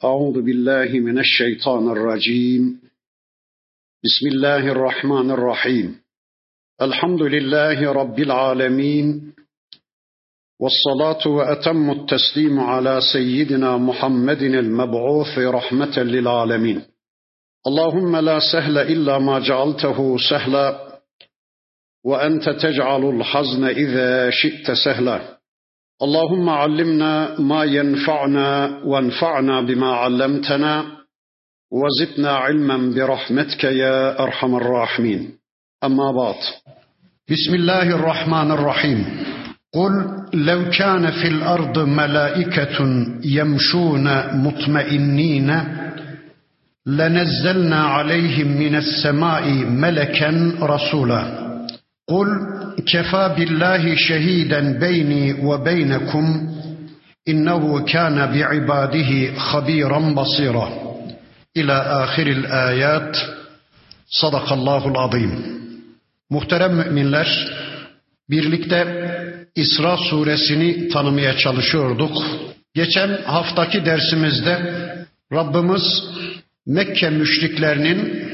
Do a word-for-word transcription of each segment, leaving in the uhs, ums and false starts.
أعوذ بالله من الشيطان الرجيم بسم الله الرحمن الرحيم الحمد لله رب العالمين والصلاة وأتم التسليم على سيدنا محمد المبعوث رحمة للعالمين اللهم لا سهل إلا ما جعلته سهلا وأنت تجعل الحزن إذا شئت سهلا اللهم علمنا ما ينفعنا وانفعنا بما علمتنا وزدنا علما برحمتك يا أرحم الراحمين أما بعد بسم الله الرحمن الرحيم قل لو كان في الأرض ملائكة يمشون مطمئنين لنزلنا عليهم من السماء ملكا رسولا قل كفى بالله شهيدا بيني وبينكم إنه كان بعباده خبيرا بصيرا إلى آخر الآيات صدق الله العظيم. Muhterem müminler, birlikte İsra suresini tanımaya çalışıyorduk. Geçen haftaki dersimizde Rabbimiz Mekke müşriklerinin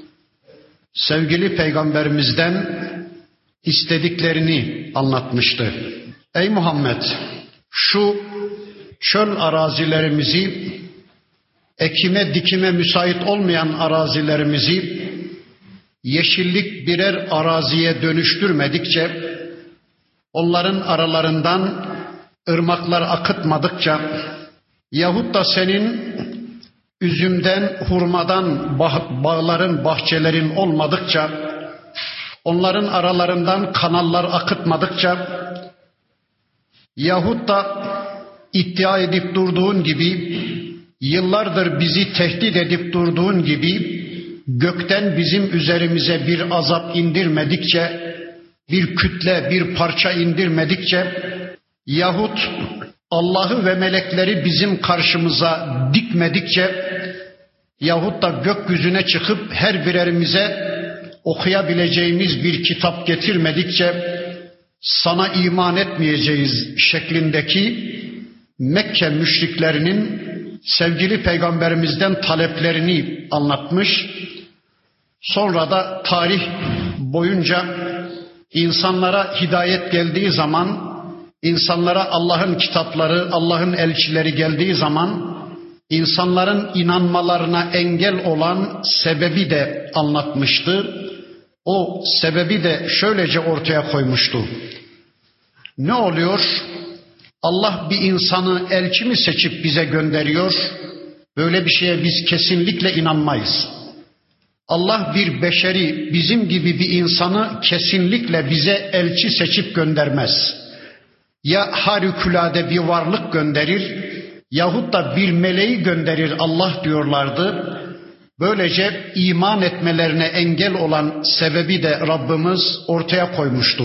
sevgili peygamberimizden istediklerini anlatmıştı. Ey Muhammed, şu çöl arazilerimizi, ekime dikime müsait olmayan arazilerimizi yeşillik birer araziye dönüştürmedikçe, onların aralarından ırmaklar akıtmadıkça yahut da senin üzümden, hurmadan bağların, bahçelerin olmadıkça, onların aralarından kanallar akıtmadıkça yahut da iddia edip durduğun gibi, yıllardır bizi tehdit edip durduğun gibi gökten bizim üzerimize bir azap indirmedikçe, bir kütle, bir parça indirmedikçe yahut Allah'ı ve melekleri bizim karşımıza dikmedikçe yahut da gökyüzüne çıkıp her birerimize okuyabileceğimiz bir kitap getirmedikçe sana iman etmeyeceğiz şeklindeki Mekke müşriklerinin sevgili peygamberimizden taleplerini anlatmış. Sonra da tarih boyunca insanlara hidayet geldiği zaman, insanlara Allah'ın kitapları, Allah'ın elçileri geldiği zaman insanların inanmalarına engel olan sebebi de anlatmıştı. O sebebi de şöylece ortaya koymuştu. Ne oluyor? Allah bir insanı elçi mi seçip bize gönderiyor? Böyle bir şeye biz kesinlikle inanmayız. Allah bir beşeri, bizim gibi bir insanı kesinlikle bize elçi seçip göndermez. Ya harikulade bir varlık gönderir yahut da bir meleği gönderir Allah diyorlardı. Böylece iman etmelerine engel olan sebebi de Rabbimiz ortaya koymuştu.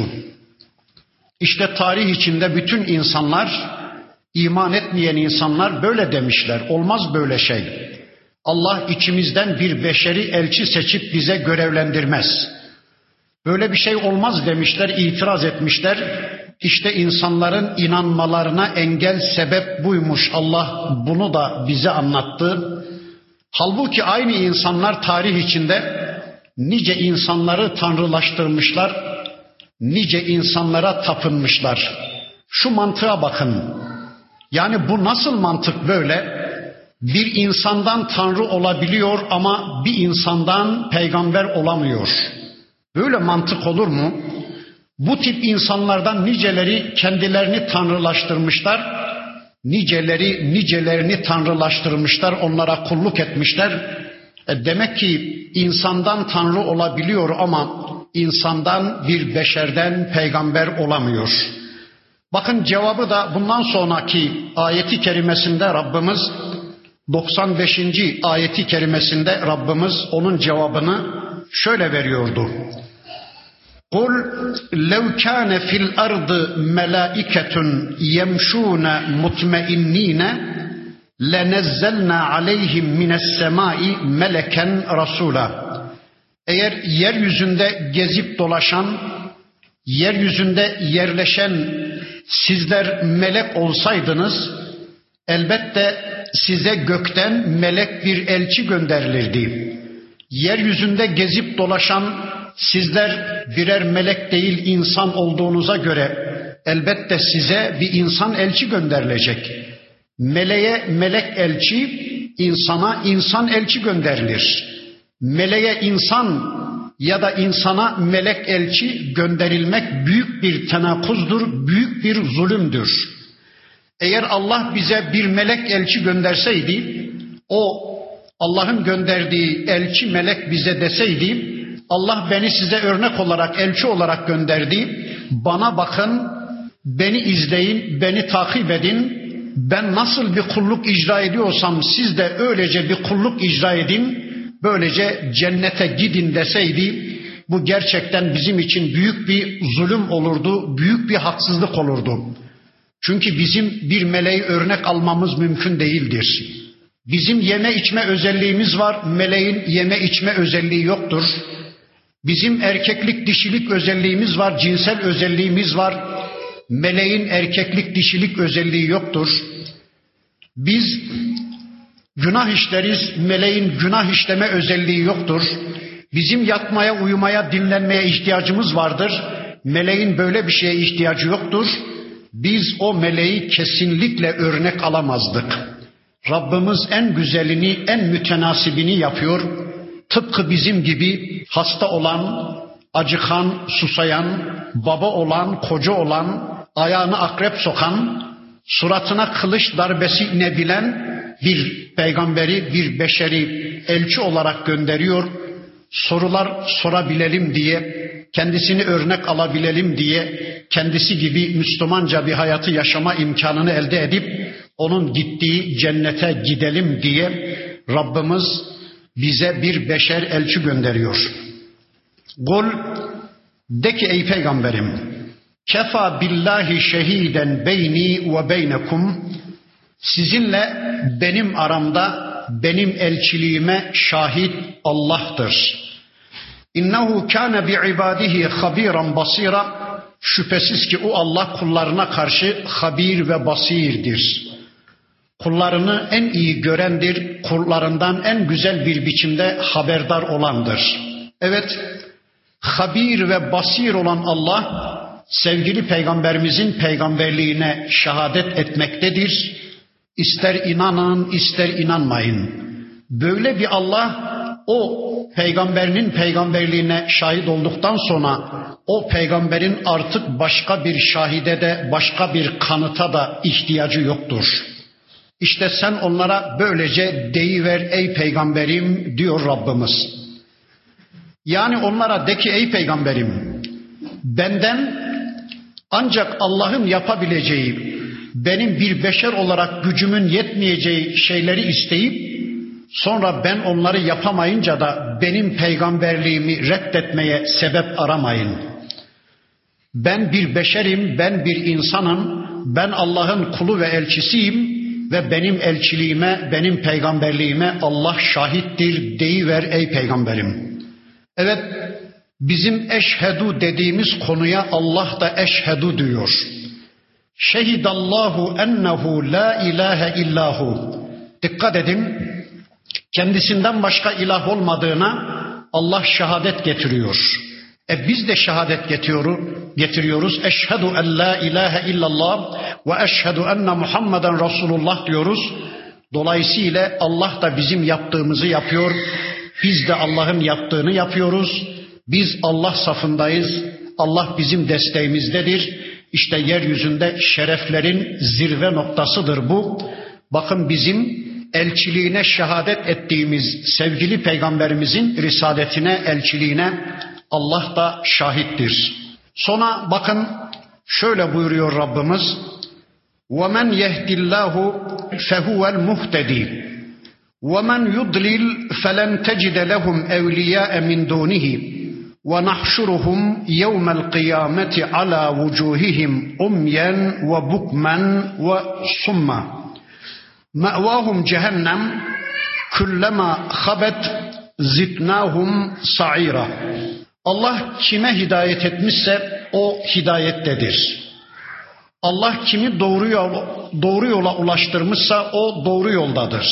İşte tarih içinde bütün insanlar, iman etmeyen insanlar böyle demişler. Olmaz böyle şey. Allah içimizden bir beşeri elçi seçip bize görevlendirmez. Böyle bir şey olmaz demişler, itiraz etmişler. İşte insanların inanmalarına engel sebep buymuş. Allah bunu da bize anlattı. Halbuki aynı insanlar tarih içinde nice insanları tanrılaştırmışlar, nice insanlara tapınmışlar. Şu mantığa bakın. Yani bu nasıl mantık böyle? Bir insandan tanrı olabiliyor ama bir insandan peygamber olamıyor. Böyle mantık olur mu? Bu tip insanlardan niceleri kendilerini tanrılaştırmışlar, niceleri nicelerini tanrılaştırmışlar, onlara kulluk etmişler. E demek ki insandan tanrı olabiliyor ama insandan bir beşerden peygamber olamıyor. Bakın cevabı da bundan sonraki ayeti kerimesinde Rabbimiz, doksan beşinci ayeti kerimesinde Rabbimiz onun cevabını şöyle veriyordu. قُلْ لَوْ كَانَ فِي الْأَرْضِ مَلَائِكَةٌ يَمْشُونَ مُطْمَئِنِّينَ لَنَزَّلْنَا عَلَيْهِمْ مِنَ السَّمَاءِ مَلَكًا رَسُولًا. Eğer yeryüzünde gezip dolaşan, yeryüzünde yerleşen sizler melek olsaydınız, elbette size gökten melek bir elçi gönderilirdi. Yeryüzünde gezip dolaşan sizler birer melek değil insan olduğunuza göre elbette size bir insan elçi gönderilecek. Meleğe melek elçi, insana insan elçi gönderilir. Meleğe insan ya da insana melek elçi gönderilmek büyük bir tenakuzdur, büyük bir zulümdür. Eğer Allah bize bir melek elçi gönderseydi, o Allah'ın gönderdiği elçi melek bize deseydi, Allah beni size örnek olarak, elçi olarak gönderdi. Bana bakın, beni izleyin, beni takip edin. Ben nasıl bir kulluk icra ediyorsam siz de öylece bir kulluk icra edin. Böylece cennete gidin deseydi, bu gerçekten bizim için büyük bir zulüm olurdu, büyük bir haksızlık olurdu. Çünkü bizim bir meleği örnek almamız mümkün değildir. Bizim yeme içme özelliğimiz var, meleğin yeme içme özelliği yoktur. Bizim erkeklik dişilik özelliğimiz var, cinsel özelliğimiz var. Meleğin erkeklik dişilik özelliği yoktur. Biz günah işleriz, meleğin günah işleme özelliği yoktur. Bizim yatmaya, uyumaya, dinlenmeye ihtiyacımız vardır. Meleğin böyle bir şeye ihtiyacı yoktur. Biz o meleği kesinlikle örnek alamazdık. Rabbimiz en güzelini, en mütenasibini yapıyor. Tıpkı bizim gibi hasta olan, acıkan, susayan, baba olan, koca olan, ayağını akrep sokan, suratına kılıç darbesi inebilen bir peygamberi, bir beşeri elçi olarak gönderiyor. Sorular sorabilelim diye, kendisini örnek alabilelim diye, kendisi gibi Müslümanca bir hayatı yaşama imkanını elde edip onun gittiği cennete gidelim diye Rabbimiz bize bir beşer elçi gönderiyor. Kul, de ki ey peygamberim, kefa billahi şehiden beyni ve beynekum, sizinle benim aramda benim elçiliğime şahit Allah'tır. İnnehu kâne bi'ibâdihi habîran basîra, şüphesiz ki o Allah kullarına karşı habir ve basirdir. Kullarını en iyi görendir, kullarından en güzel bir biçimde haberdar olandır. Evet, habir ve basir olan Allah, sevgili peygamberimizin peygamberliğine şehadet etmektedir. İster inanın, ister inanmayın. Böyle bir Allah, o peygamberinin peygamberliğine şahit olduktan sonra o peygamberin artık başka bir şahide de, başka bir kanıta da ihtiyacı yoktur. İşte sen onlara böylece deyiver ey peygamberim diyor Rabbimiz. Yani onlara de ki ey peygamberim, benden ancak Allah'ın yapabileceği, benim bir beşer olarak gücümün yetmeyeceği şeyleri isteyip sonra ben onları yapamayınca da benim peygamberliğimi reddetmeye sebep aramayın. Ben bir beşerim, ben bir insanım, ben Allah'ın kulu ve elçisiyim ve benim elçiliğime, benim peygamberliğime Allah şahittir deyiver ey peygamberim. Evet, bizim eşhedü dediğimiz konuya Allah da eşhedü diyor. Şehidallahu ennehu la ilahe illahu. Dikkat edin, kendisinden başka ilah olmadığına Allah şehadet getiriyor. E biz de şehadet getiriyoruz. Eşhedü en la ilahe illallah ve eşhedü enne Muhammeden Resulullah diyoruz. Dolayısıyla Allah da bizim yaptığımızı yapıyor. Biz de Allah'ın yaptığını yapıyoruz. Biz Allah safındayız. Allah bizim desteğimizdedir. İşte yeryüzünde şereflerin zirve noktasıdır bu. Bakın bizim elçiliğine şehadet ettiğimiz sevgili peygamberimizin risaletine, elçiliğine Allah da şahittir. Sonra bakın şöyle buyuruyor Rabbimiz. وَمَنْ يَهْدِ اللّٰهُ فَهُوَ الْمُهْتَدِي وَمَنْ يُضْلِلْ فَلَنْ تَجِدَ لَهُمْ اَوْلِيَاءَ مِنْ دُونِهِ وَنَحْشُرُهُمْ يَوْمَ الْقِيَامَةِ عَلَى وُجُوهِهِمْ عُمْيًا وَبُكْمًا وَصُمًّا مَأْوَاهُمْ جَهَنَّمْ كُلَّمَا خَبَتْ زِدْنَاهُمْ سَعِيرًا. Allah kime hidayet etmişse o hidayettedir. Allah kimi doğru yola, doğru yola ulaştırmışsa o doğru yoldadır.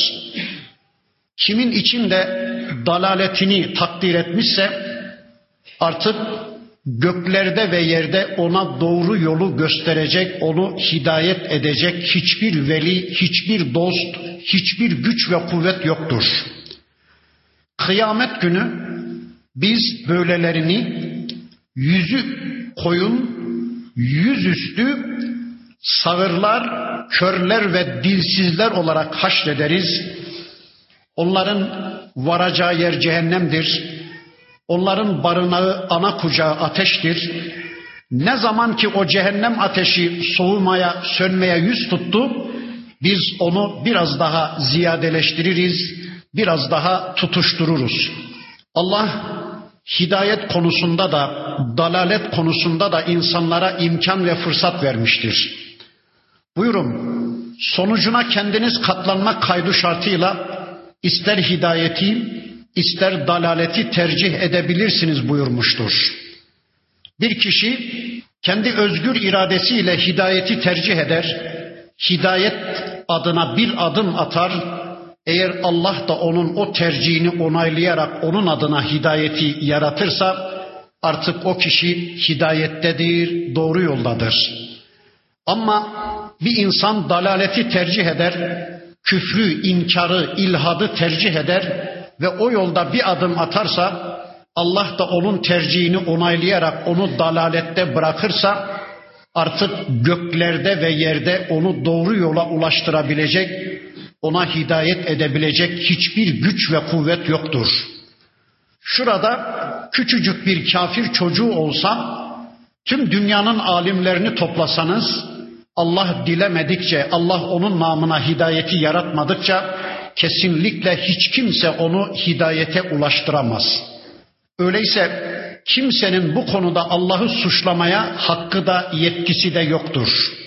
Kimin içinde dalaletini takdir etmişse artık göklerde ve yerde ona doğru yolu gösterecek, onu hidayet edecek hiçbir veli, hiçbir dost, hiçbir güç ve kuvvet yoktur. Kıyamet günü biz böylelerini yüzü koyun, yüzüstü sağırlar, körler ve dilsizler olarak haşrederiz. Onların varacağı yer cehennemdir. Onların barınağı, ana kucağı ateştir. Ne zaman ki o cehennem ateşi soğumaya, sönmeye yüz tuttu, biz onu biraz daha ziyadeleştiririz, biraz daha tutuştururuz. Allah hidayet konusunda da, dalalet konusunda da insanlara imkan ve fırsat vermiştir. Buyurun, sonucuna kendiniz katlanmak kaydı şartıyla ister hidayeti, ister dalaleti tercih edebilirsiniz buyurmuştur. Bir kişi kendi özgür iradesiyle hidayeti tercih eder, hidayet adına bir adım atar. Eğer Allah da onun o tercihini onaylayarak onun adına hidayeti yaratırsa artık o kişi hidayettedir, doğru yoldadır. Ama bir insan dalaleti tercih eder, küfrü, inkarı, ilhadı tercih eder ve o yolda bir adım atarsa, Allah da onun tercihini onaylayarak onu dalalette bırakırsa artık göklerde ve yerde onu doğru yola ulaştırabilecek, ona hidayet edebilecek hiçbir güç ve kuvvet yoktur. Şurada küçücük bir kafir çocuğu olsa, tüm dünyanın alimlerini toplasanız, Allah dilemedikçe, Allah onun namına hidayeti yaratmadıkça kesinlikle hiç kimse onu hidayete ulaştıramaz. Öyleyse kimsenin bu konuda Allah'ı suçlamaya hakkı da yetkisi de yoktur.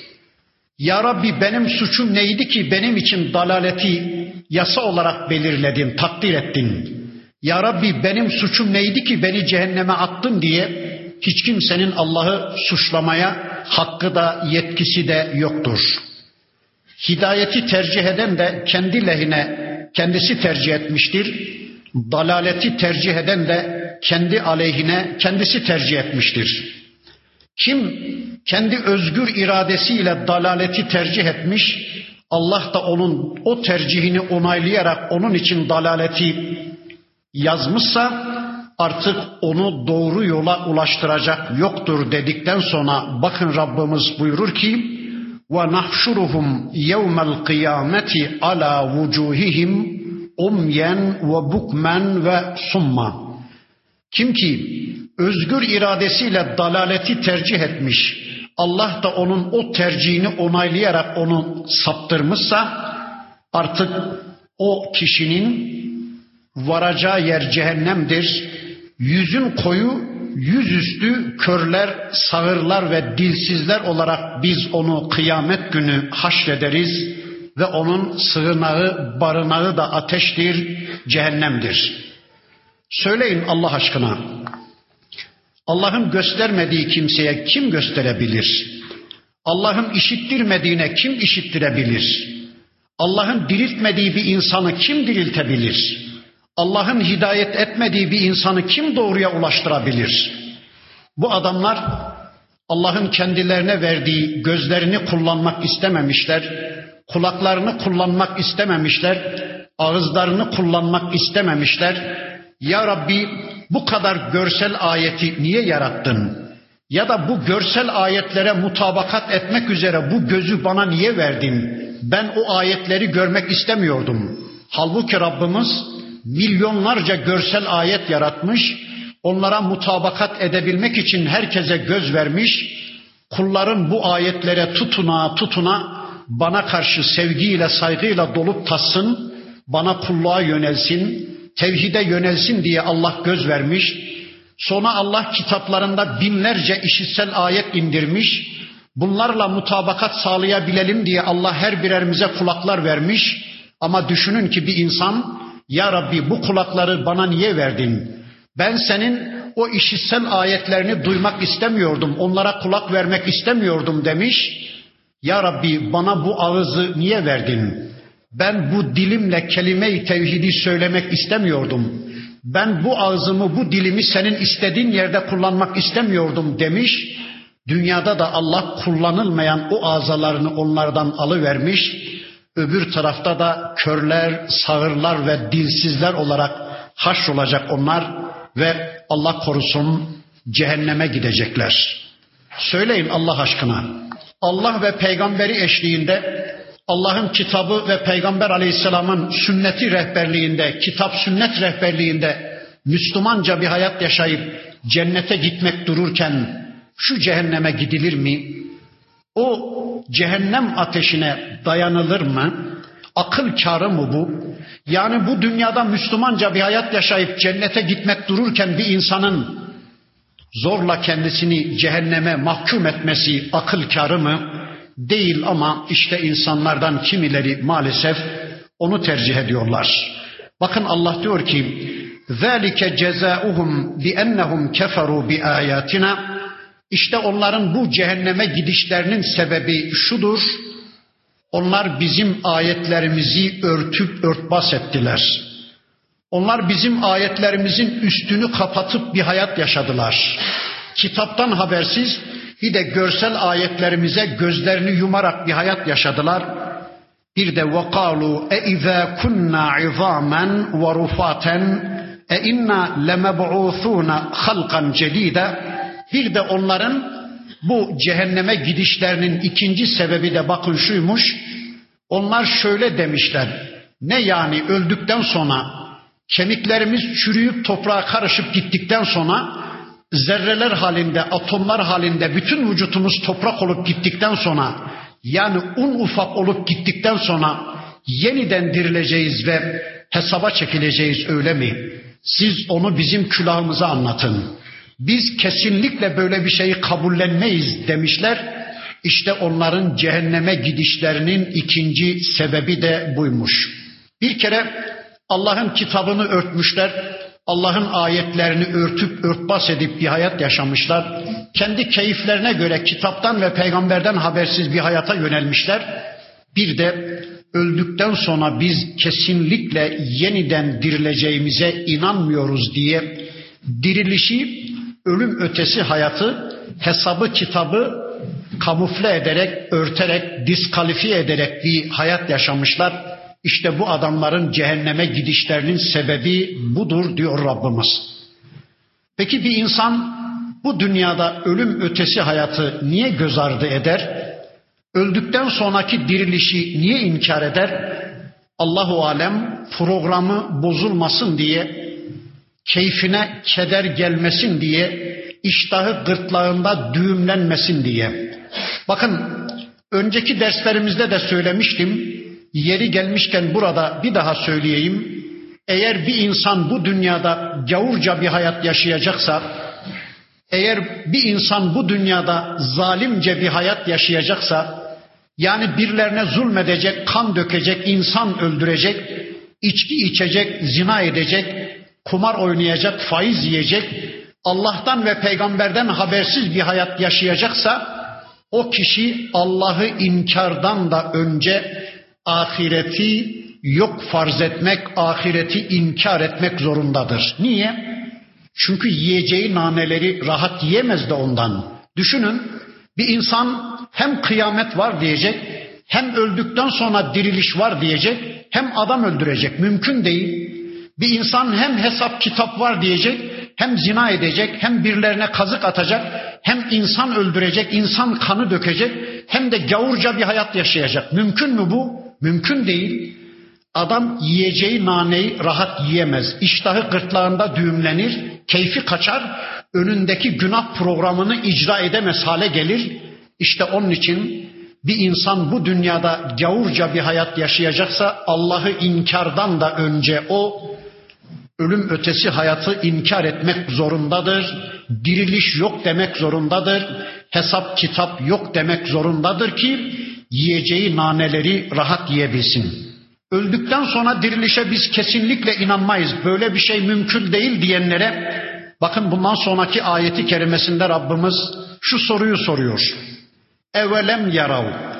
Ya Rabbi benim suçum neydi ki benim için dalaleti yasa olarak belirledin, takdir ettin. Ya Rabbi benim suçum neydi ki beni cehenneme attın diye hiç kimsenin Allah'ı suçlamaya hakkı da yetkisi de yoktur. Hidayeti tercih eden de kendi lehine kendisi tercih etmiştir. Dalaleti tercih eden de kendi aleyhine kendisi tercih etmiştir. Kim kendi özgür iradesiyle dalaleti tercih etmiş, Allah da onun o tercihini onaylayarak onun için dalaleti yazmışsa artık onu doğru yola ulaştıracak yoktur dedikten sonra bakın Rabbimiz buyurur ki وَنَحْشُرُهُمْ يَوْمَ الْقِيَامَةِ عَلَى وُجُوهِهِمْ اُمْيًا وَبُكْمًا وَسُمًّا. Kim ki özgür iradesiyle dalaleti tercih etmiş, Allah da onun o tercihini onaylayarak onu saptırmışsa artık o kişinin varacağı yer cehennemdir. Yüzün koyu, yüzüstü körler, sağırlar ve dilsizler olarak biz onu kıyamet günü haşrederiz ve onun sığınağı, barınağı da ateştir, cehennemdir. Söyleyin Allah aşkına, Allah'ın göstermediği kimseye kim gösterebilir? Allah'ın işittirmediğine kim işittirebilir? Allah'ın diriltmediği bir insanı kim diriltebilir? Allah'ın hidayet etmediği bir insanı kim doğruya ulaştırabilir? Bu adamlar Allah'ın kendilerine verdiği gözlerini kullanmak istememişler, kulaklarını kullanmak istememişler, ağızlarını kullanmak istememişler. Ya Rabbi bu kadar görsel ayeti niye yarattın? Ya da bu görsel ayetlere mutabakat etmek üzere bu gözü bana niye verdin? Ben o ayetleri görmek istemiyordum. Halbuki Rabbimiz milyonlarca görsel ayet yaratmış, onlara mutabakat edebilmek için herkese göz vermiş, kulların bu ayetlere tutuna tutuna bana karşı sevgiyle, saygıyla dolup tassın, bana kulluğa yönelsin, tevhide yönelsin diye Allah göz vermiş. Sonra Allah kitaplarında binlerce işitsel ayet indirmiş. Bunlarla mutabakat sağlayabilelim diye Allah her birerimize kulaklar vermiş. Ama düşünün ki bir insan, ya Rabbi bu kulakları bana niye verdin? Ben senin o işitsel ayetlerini duymak istemiyordum, onlara kulak vermek istemiyordum demiş. Ya Rabbi bana bu ağzı niye verdin? Ben bu dilimle kelime-i tevhidi söylemek istemiyordum. Ben bu ağzımı, bu dilimi senin istediğin yerde kullanmak istemiyordum demiş. Dünyada da Allah kullanılmayan o azalarını onlardan alıvermiş. Öbür tarafta da körler, sağırlar ve dilsizler olarak haşrolacak onlar ve Allah korusun cehenneme gidecekler. Söyleyin Allah aşkına. Allah ve peygamberi eşliğinde, Allah'ın kitabı ve Peygamber Aleyhisselam'ın sünneti rehberliğinde, kitap sünnet rehberliğinde Müslümanca bir hayat yaşayıp cennete gitmek dururken şu cehenneme gidilir mi? O cehennem ateşine dayanılır mı? Akıl kârı mı bu? Yani bu dünyada Müslümanca bir hayat yaşayıp cennete gitmek dururken bir insanın zorla kendisini cehenneme mahkum etmesi akıl kârı mı? Değil ama işte insanlardan kimileri maalesef onu tercih ediyorlar. Bakın Allah diyor ki: "Zalike cezaohum bi ennehum keferu bi ayatina." İşte onların bu cehenneme gidişlerinin sebebi şudur. Onlar bizim ayetlerimizi örtüp örtbas ettiler. Onlar bizim ayetlerimizin üstünü kapatıp bir hayat yaşadılar. Kitaptan habersiz bir de görsel ayetlerimize gözlerini yumarak bir hayat yaşadılar. Bir de وَقَالُوا اَاِذَا كُنَّا عِظَامًا وَرُفَاتًا اَاِنَّا لَمَبْعُوثُونَ خَلْقًا جَد۪يدًا. Bir de onların bu cehenneme gidişlerinin ikinci sebebi de bakın şuymuş. Onlar şöyle demişler. Ne yani öldükten sonra kemiklerimiz çürüyüp toprağa karışıp gittikten sonra zerreler halinde, atomlar halinde bütün vücutumuz toprak olup gittikten sonra yani un ufak olup gittikten sonra yeniden dirileceğiz ve hesaba çekileceğiz öyle mi? Siz onu bizim külahımıza anlatın. Biz kesinlikle böyle bir şeyi kabullenmeyiz demişler. İşte onların cehenneme gidişlerinin ikinci sebebi de buymuş. Bir kere Allah'ın kitabını örtmüşler. Allah'ın ayetlerini örtüp örtbas edip bir hayat yaşamışlar. Kendi keyiflerine göre kitaptan ve peygamberden habersiz bir hayata yönelmişler. Bir de öldükten sonra biz kesinlikle yeniden dirileceğimize inanmıyoruz diye dirilişi, ölüm ötesi hayatı, hesabı kitabı kamufle ederek, örterek, diskalifiye ederek bir hayat yaşamışlar. İşte bu adamların cehenneme gidişlerinin sebebi budur diyor Rabbimiz. Peki bir insan bu dünyada ölüm ötesi hayatı niye göz ardı eder? Öldükten sonraki dirilişi niye inkar eder? Allahu alem programı bozulmasın diye, keyfine keder gelmesin diye, iştahı gırtlağında düğümlenmesin diye. Bakın önceki derslerimizde de söylemiştim. Yeri gelmişken burada bir daha söyleyeyim. Eğer bir insan bu dünyada gavurca bir hayat yaşayacaksa, eğer bir insan bu dünyada zalimce bir hayat yaşayacaksa, yani birilerine zulmedecek, kan dökecek, insan öldürecek, içki içecek, zina edecek, kumar oynayacak, faiz yiyecek, Allah'tan ve peygamberden habersiz bir hayat yaşayacaksa, o kişi Allah'ı inkardan da önce ahireti yok farz etmek, ahireti inkar etmek zorundadır. Niye? Çünkü yiyeceği naneleri rahat yiyemez de ondan. Düşünün, bir insan hem kıyamet var diyecek, hem öldükten sonra diriliş var diyecek, hem adam öldürecek. Mümkün değil. Bir insan hem hesap kitap var diyecek, hem zina edecek, hem birilerine kazık atacak, hem insan öldürecek, insan kanı dökecek, hem de gavurca bir hayat yaşayacak. Mümkün mü bu? Mümkün değil. Adam yiyeceği naneyi rahat yiyemez. İştahı gırtlağında düğümlenir, keyfi kaçar, önündeki günah programını icra edemez hale gelir. İşte onun için bir insan bu dünyada gavurca bir hayat yaşayacaksa Allah'ı inkardan da önce o ölüm ötesi hayatı inkar etmek zorundadır. Diriliş yok demek zorundadır. Hesap kitap yok demek zorundadır ki yiyeceği naneleri rahat yiyebilsin. Öldükten sonra dirilişe biz kesinlikle inanmayız. Böyle bir şey mümkün değil diyenlere bakın bundan sonraki ayeti kerimesinde Rabbimiz şu soruyu soruyor. Evelem yarav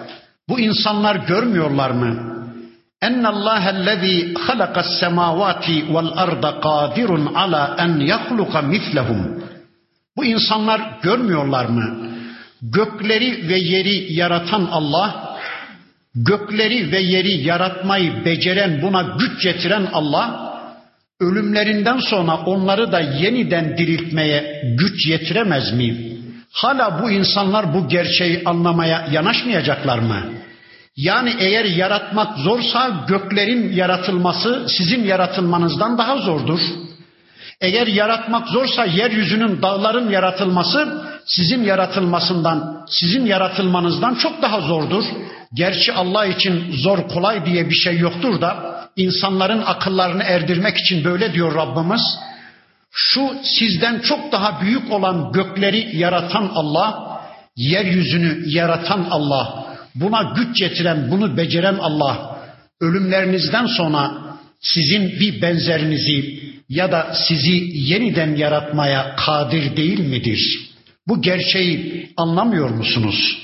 Bu insanlar görmüyorlar mı? اَنَّ اللّٰهَ الَّذ۪ي خَلَقَ السَّمَاوَاتِ وَالْاَرْضَ قَادِرٌ عَلَى اَنْ يَخْلُقَ مِثْلَهُمْ. Bu insanlar görmüyorlar mı? Gökleri ve yeri yaratan Allah, gökleri ve yeri yaratmayı beceren, buna güç getiren Allah, ölümlerinden sonra onları da yeniden diriltmeye güç yetiremez mi? Hala bu insanlar bu gerçeği anlamaya yanaşmayacaklar mı? Yani eğer yaratmak zorsa göklerin yaratılması sizin yaratılmanızdan daha zordur. Eğer yaratmak zorsa yeryüzünün, dağların yaratılması sizin yaratılmasından, sizin yaratılmanızdan çok daha zordur. Gerçi Allah için zor kolay diye bir şey yoktur da insanların akıllarını erdirmek için böyle diyor Rabbimiz. Şu sizden çok daha büyük olan gökleri yaratan Allah, yeryüzünü yaratan Allah, buna güç getiren, bunu beceren Allah, ölümlerinizden sonra sizin bir benzerinizi ya da sizi yeniden yaratmaya kadir değil midir? Bu gerçeği anlamıyor musunuz?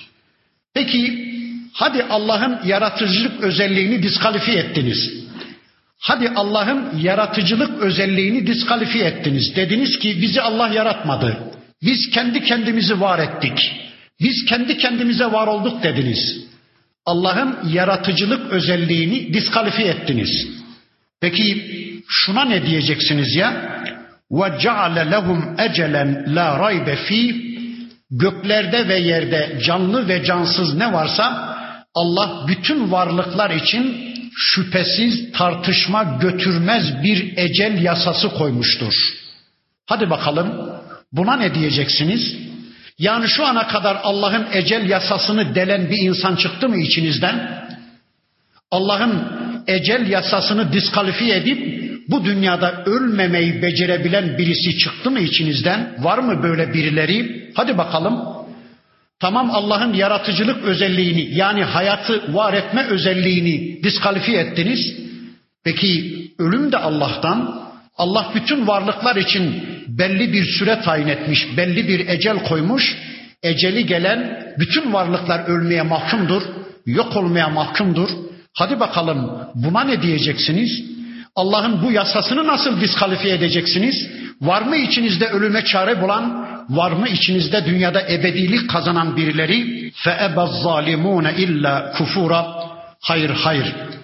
Peki hadi Allah'ın yaratıcılık özelliğini diskalifiye ettiniz. Hadi Allah'ın yaratıcılık özelliğini diskalifiye ettiniz. Dediniz ki bizi Allah yaratmadı. Biz kendi kendimizi var ettik. Biz kendi kendimize var olduk dediniz. Allah'ın yaratıcılık özelliğini diskalifiye ettiniz. Peki şuna ne diyeceksiniz ya? وَجَعَلَ لَهُمْ اَجَلًا لَا رَيْبَ ف۪يهِ. Göklerde ve yerde canlı ve cansız ne varsa Allah bütün varlıklar için şüphesiz tartışma götürmez bir ecel yasası koymuştur. Hadi bakalım buna ne diyeceksiniz? Yani şu ana kadar Allah'ın ecel yasasını delen bir insan çıktı mı içinizden? Allah'ın ecel yasasını diskalifiye edip bu dünyada ölmemeyi becerebilen birisi çıktı mı içinizden? Var mı böyle birileri? Hadi bakalım. Tamam, Allah'ın yaratıcılık özelliğini yani hayatı var etme özelliğini diskalifiye ettiniz. Peki ölüm de Allah'tan. Allah bütün varlıklar için belli bir süre tayin etmiş, belli bir ecel koymuş. Eceli gelen bütün varlıklar ölmeye mahkumdur, yok olmaya mahkumdur. Hadi bakalım buna ne diyeceksiniz? Allah'ın bu yasasını nasıl diskalifiye edeceksiniz? Var mı içinizde ölüme çare bulan, var mı içinizde dünyada ebedilik kazanan birileri? فَاَبَ الظَّالِمُونَ اِلَّا كُفُورًا. Hayır hayır.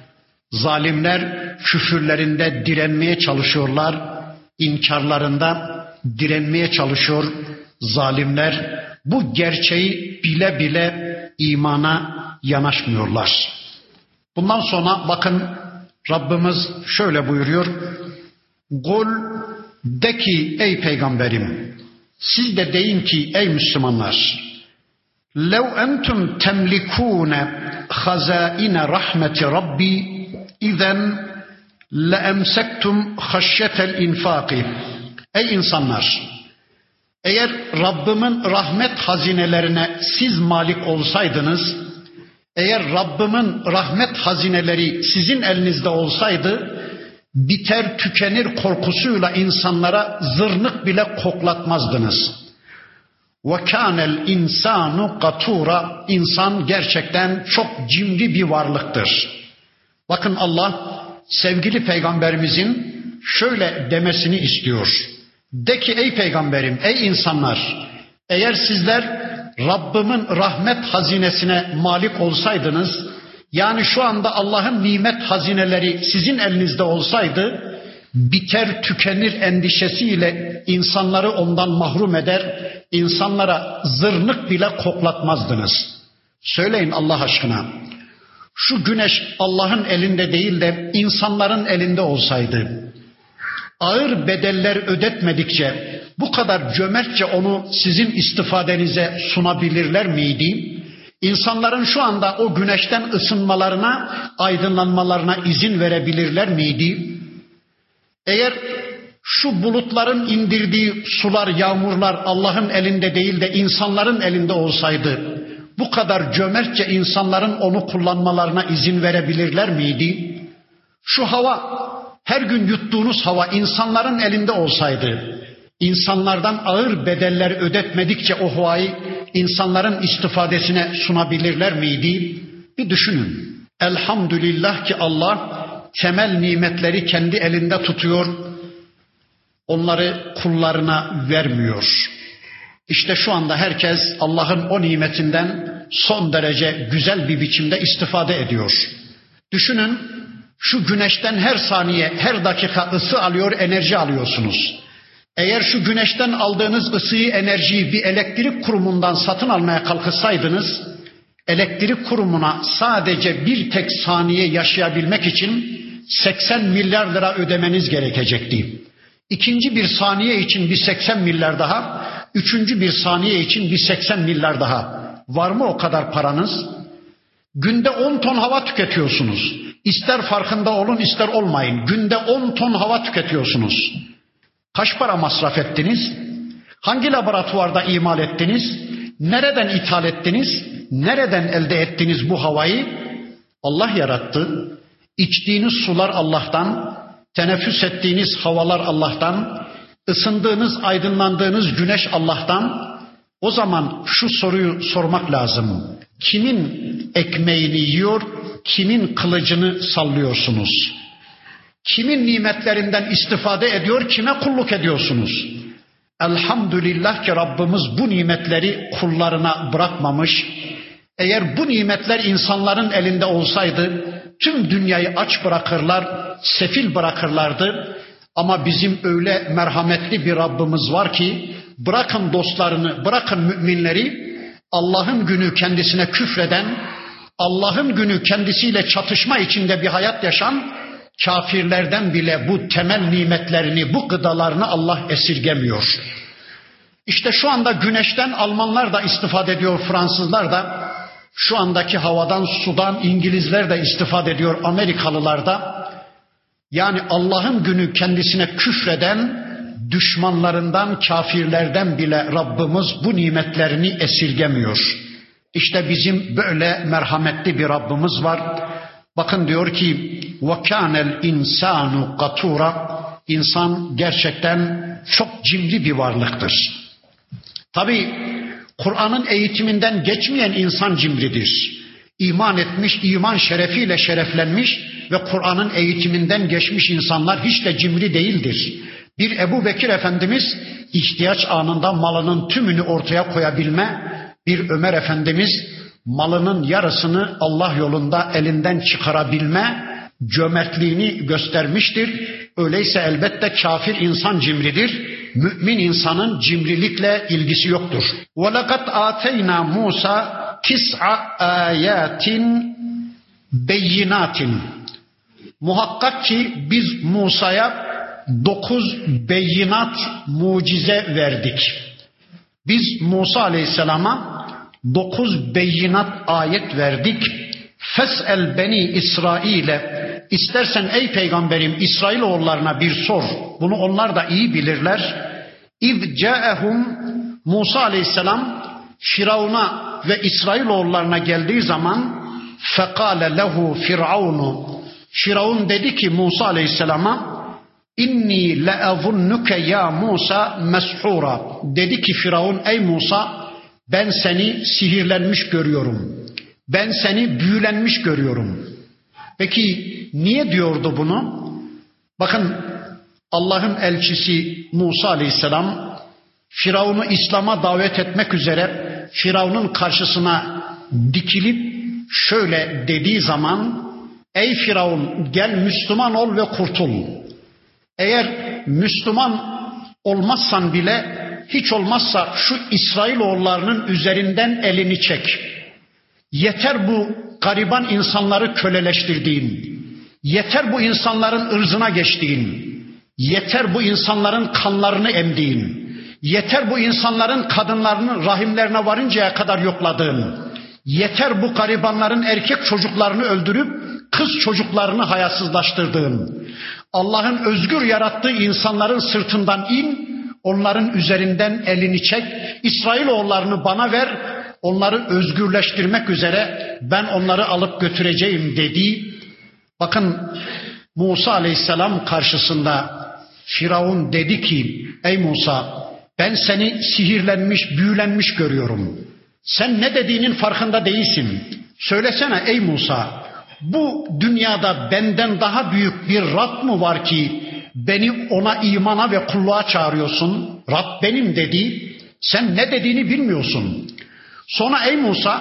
Zalimler küfürlerinde direnmeye çalışıyorlar. İnkarlarında direnmeye çalışıyor. Zalimler bu gerçeği bile bile imana yanaşmıyorlar. Bundan sonra bakın Rabbimiz şöyle buyuruyor. Kul, de ki ey peygamberim, siz de deyin ki ey Müslümanlar, lev entum temlikune hazaine rahmeti Rabbi izen le emsektum haşyetel infaki. Ey insanlar, eğer Rabbimin rahmet hazinelerine siz malik olsaydınız, eğer Rabbimin rahmet hazineleri sizin elinizde olsaydı, biter tükenir korkusuyla insanlara zırnık bile koklatmazdınız. وَكَانَ الْاِنْسَانُ قَتُورًا. İnsan gerçekten çok cimri bir varlıktır. Bakın Allah sevgili peygamberimizin şöyle demesini istiyor. De ki ey peygamberim, ey insanlar, eğer sizler Rabbimin rahmet hazinesine malik olsaydınız, yani şu anda Allah'ın nimet hazineleri sizin elinizde olsaydı, biter tükenir endişesiyle insanları ondan mahrum eder, insanlara zırnık bile koklatmazdınız. Söyleyin Allah aşkına, şu güneş Allah'ın elinde değil de insanların elinde olsaydı, ağır bedeller ödetmedikçe bu kadar cömertçe onu sizin istifadenize sunabilirler miydi? İnsanların şu anda o güneşten ısınmalarına, aydınlanmalarına izin verebilirler miydi? Eğer şu bulutların indirdiği sular, yağmurlar Allah'ın elinde değil de insanların elinde olsaydı, bu kadar cömertçe insanların onu kullanmalarına izin verebilirler miydi? Şu hava, her gün yuttuğunuz hava insanların elinde olsaydı, insanlardan ağır bedeller ödetmedikçe o havayı insanların istifadesine sunabilirler miydi? Bir düşünün. Elhamdülillah ki Allah temel nimetleri kendi elinde tutuyor. Onları kullarına vermiyor. İşte şu anda herkes Allah'ın o nimetinden son derece güzel bir biçimde istifade ediyor. Düşünün, şu güneşten her saniye, her dakika ısı alıyor, enerji alıyorsunuz. Eğer şu güneşten aldığınız ısıyı, enerjiyi bir elektrik kurumundan satın almaya kalkışsaydınız, elektrik kurumuna sadece bir tek saniye yaşayabilmek için seksen milyar lira ödemeniz gerekecekti. İkinci bir saniye için bir seksen milyar daha, üçüncü bir saniye için bir seksen milyar daha. Var mı o kadar paranız? Günde on ton hava tüketiyorsunuz. İster farkında olun, ister olmayın. Günde on ton hava tüketiyorsunuz. Kaç para masraf ettiniz? Hangi laboratuvarda imal ettiniz? Nereden ithal ettiniz? Nereden elde ettiniz bu havayı? Allah yarattı. İçtiğiniz sular Allah'tan, teneffüs ettiğiniz havalar Allah'tan, ısındığınız, aydınlandığınız güneş Allah'tan. O zaman şu soruyu sormak lazım. Kimin ekmeğini yiyor, kimin kılıcını sallıyorsunuz? Kimin nimetlerinden istifade ediyor, kime kulluk ediyorsunuz? Elhamdülillah ki Rabbimiz bu nimetleri kullarına bırakmamış. Eğer bu nimetler insanların elinde olsaydı tüm dünyayı aç bırakırlar, sefil bırakırlardı. Ama bizim öyle merhametli bir Rabbimiz var ki bırakın dostlarını, bırakın müminleri, Allah'ın günü kendisine küfreden, Allah'ın günü kendisiyle çatışma içinde bir hayat yaşayan kafirlerden bile bu temel nimetlerini, bu gıdalarını Allah esirgemiyor. İşte şu anda güneşten Almanlar da istifade ediyor, Fransızlar da, şu andaki havadan, sudan İngilizler de istifade ediyor, Amerikalılar da. Yani Allah'ın günü kendisine küfreden düşmanlarından, kafirlerden bile Rabbimiz bu nimetlerini esirgemiyor. İşte bizim böyle merhametli bir Rabbimiz var. Bakın diyor ki وَكَانَ الْاِنْسَانُ قَتُورًا. İnsan gerçekten çok cimri bir varlıktır. Tabi Kur'an'ın eğitiminden geçmeyen insan cimridir. İman etmiş, iman şerefiyle şereflenmiş ve Kur'an'ın eğitiminden geçmiş insanlar hiç de cimri değildir. Bir Ebu Bekir Efendimiz ihtiyaç anında malının tümünü ortaya koyabilme, bir Ömer Efendimiz malının yarısını Allah yolunda elinden çıkarabilme cömertliğini göstermiştir. Öyleyse elbette kafir insan cimridir. Mümin insanın cimrilikle ilgisi yoktur. وَلَقَدْ آتَيْنَا مُوسَى تِسْعَ آيَاتٍ بَيِّنَاتٍ. Muhakkak ki biz Musa'ya dokuz beyinat, mucize verdik. Biz Musa Aleyhisselam'a dokuz beyinat ayet verdik. Fes'el beni İsrail'e. İstersen ey peygamberim İsrailoğullarına bir sor. Bunu onlar da iyi bilirler. İz ca'ehum, Musa Aleyhisselam Firavun'a ve İsrailoğullarına geldiği zaman fekale lehu firavunu. Firavun dedi ki Musa Aleyhisselam'a İnni le'azunnuke ya Musa meshura. Dedi ki Firavun, ey Musa ben seni sihirlenmiş görüyorum. Ben seni büyülenmiş görüyorum. Peki niye diyordu bunu? Bakın Allah'ın elçisi Musa Aleyhisselam Firavun'u İslam'a davet etmek üzere Firavun'un karşısına dikilip şöyle dediği zaman ey Firavun gel Müslüman ol ve kurtul. Eğer Müslüman olmazsan bile hiç olmazsa şu İsrailoğullarının üzerinden elini çek. Yeter bu gariban insanları köleleştirdiğin. Yeter bu insanların ırzına geçtiğin. Yeter bu insanların kanlarını emdiğin. Yeter bu insanların kadınlarını rahimlerine varıncaya kadar yokladığın. Yeter bu garibanların erkek çocuklarını öldürüp kız çocuklarını hayasızlaştırdığın. Allah'ın özgür yarattığı insanların sırtından in, onların üzerinden elini çek. İsrailoğullarını bana ver, onları özgürleştirmek üzere ben onları alıp götüreceğim dedi. Bakın Musa Aleyhisselam karşısında Firavun dedi ki ey Musa ben seni sihirlenmiş, büyülenmiş görüyorum. Sen ne dediğinin farkında değilsin. Söylesene ey Musa, bu dünyada benden daha büyük bir Rab mı var ki beni ona imana ve kulluğa çağırıyorsun? Rab benim dedi. Sen ne dediğini bilmiyorsun. Sonra ey Musa,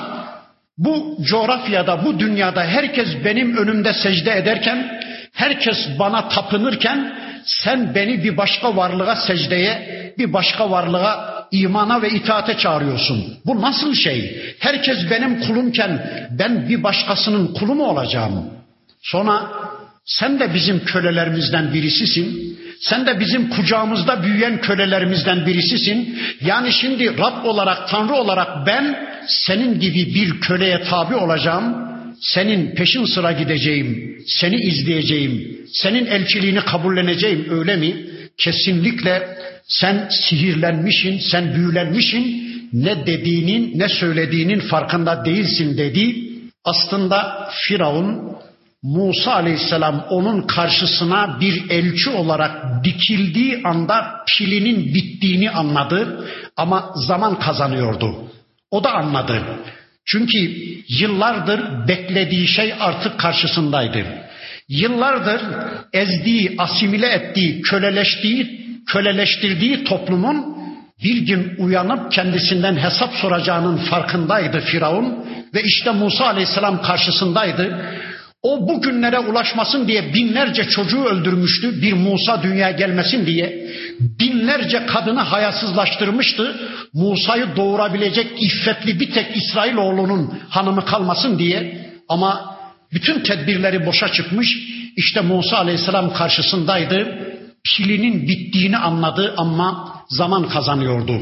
bu coğrafyada, bu dünyada herkes benim önümde secde ederken, herkes bana tapınırken sen beni bir başka varlığa secdeye, bir başka varlığa imana ve itaate çağırıyorsun. Bu nasıl şey? Herkes benim kulumken ben bir başkasının kulu mu olacağım? Sonra sen de bizim kölelerimizden birisisin. Sen de bizim kucağımızda büyüyen kölelerimizden birisisin. Yani şimdi Rab olarak, Tanrı olarak ben senin gibi bir köleye tabi olacağım. Senin peşin sıra gideceğim, seni izleyeceğim, senin elçiliğini kabulleneceğim, öyle mi? Kesinlikle sen sihirlenmişsin, sen büyülenmişsin, ne dediğinin ne söylediğinin farkında değilsin dedi. Aslında Firavun, Musa Aleyhisselam onun karşısına bir elçi olarak dikildiği anda pilinin bittiğini anladı ama zaman kazanıyordu. O da anladı. Çünkü yıllardır beklediği şey artık karşısındaydı. Yıllardır ezdiği, asimile ettiği, köleleştiği, köleleştirdiği toplumun bir gün uyanıp kendisinden hesap soracağının farkındaydı Firavun ve işte Musa Aleyhisselam karşısındaydı. O bugünlere ulaşmasın diye binlerce çocuğu öldürmüştü, bir Musa dünyaya gelmesin diye. Binlerce kadını hayasızlaştırmıştı, Musa'yı doğurabilecek iffetli bir tek İsrailoğlunun hanımı kalmasın diye. Ama bütün tedbirleri boşa çıkmış, işte Musa Aleyhisselam karşısındaydı. Pilinin bittiğini anladı ama zaman kazanıyordu.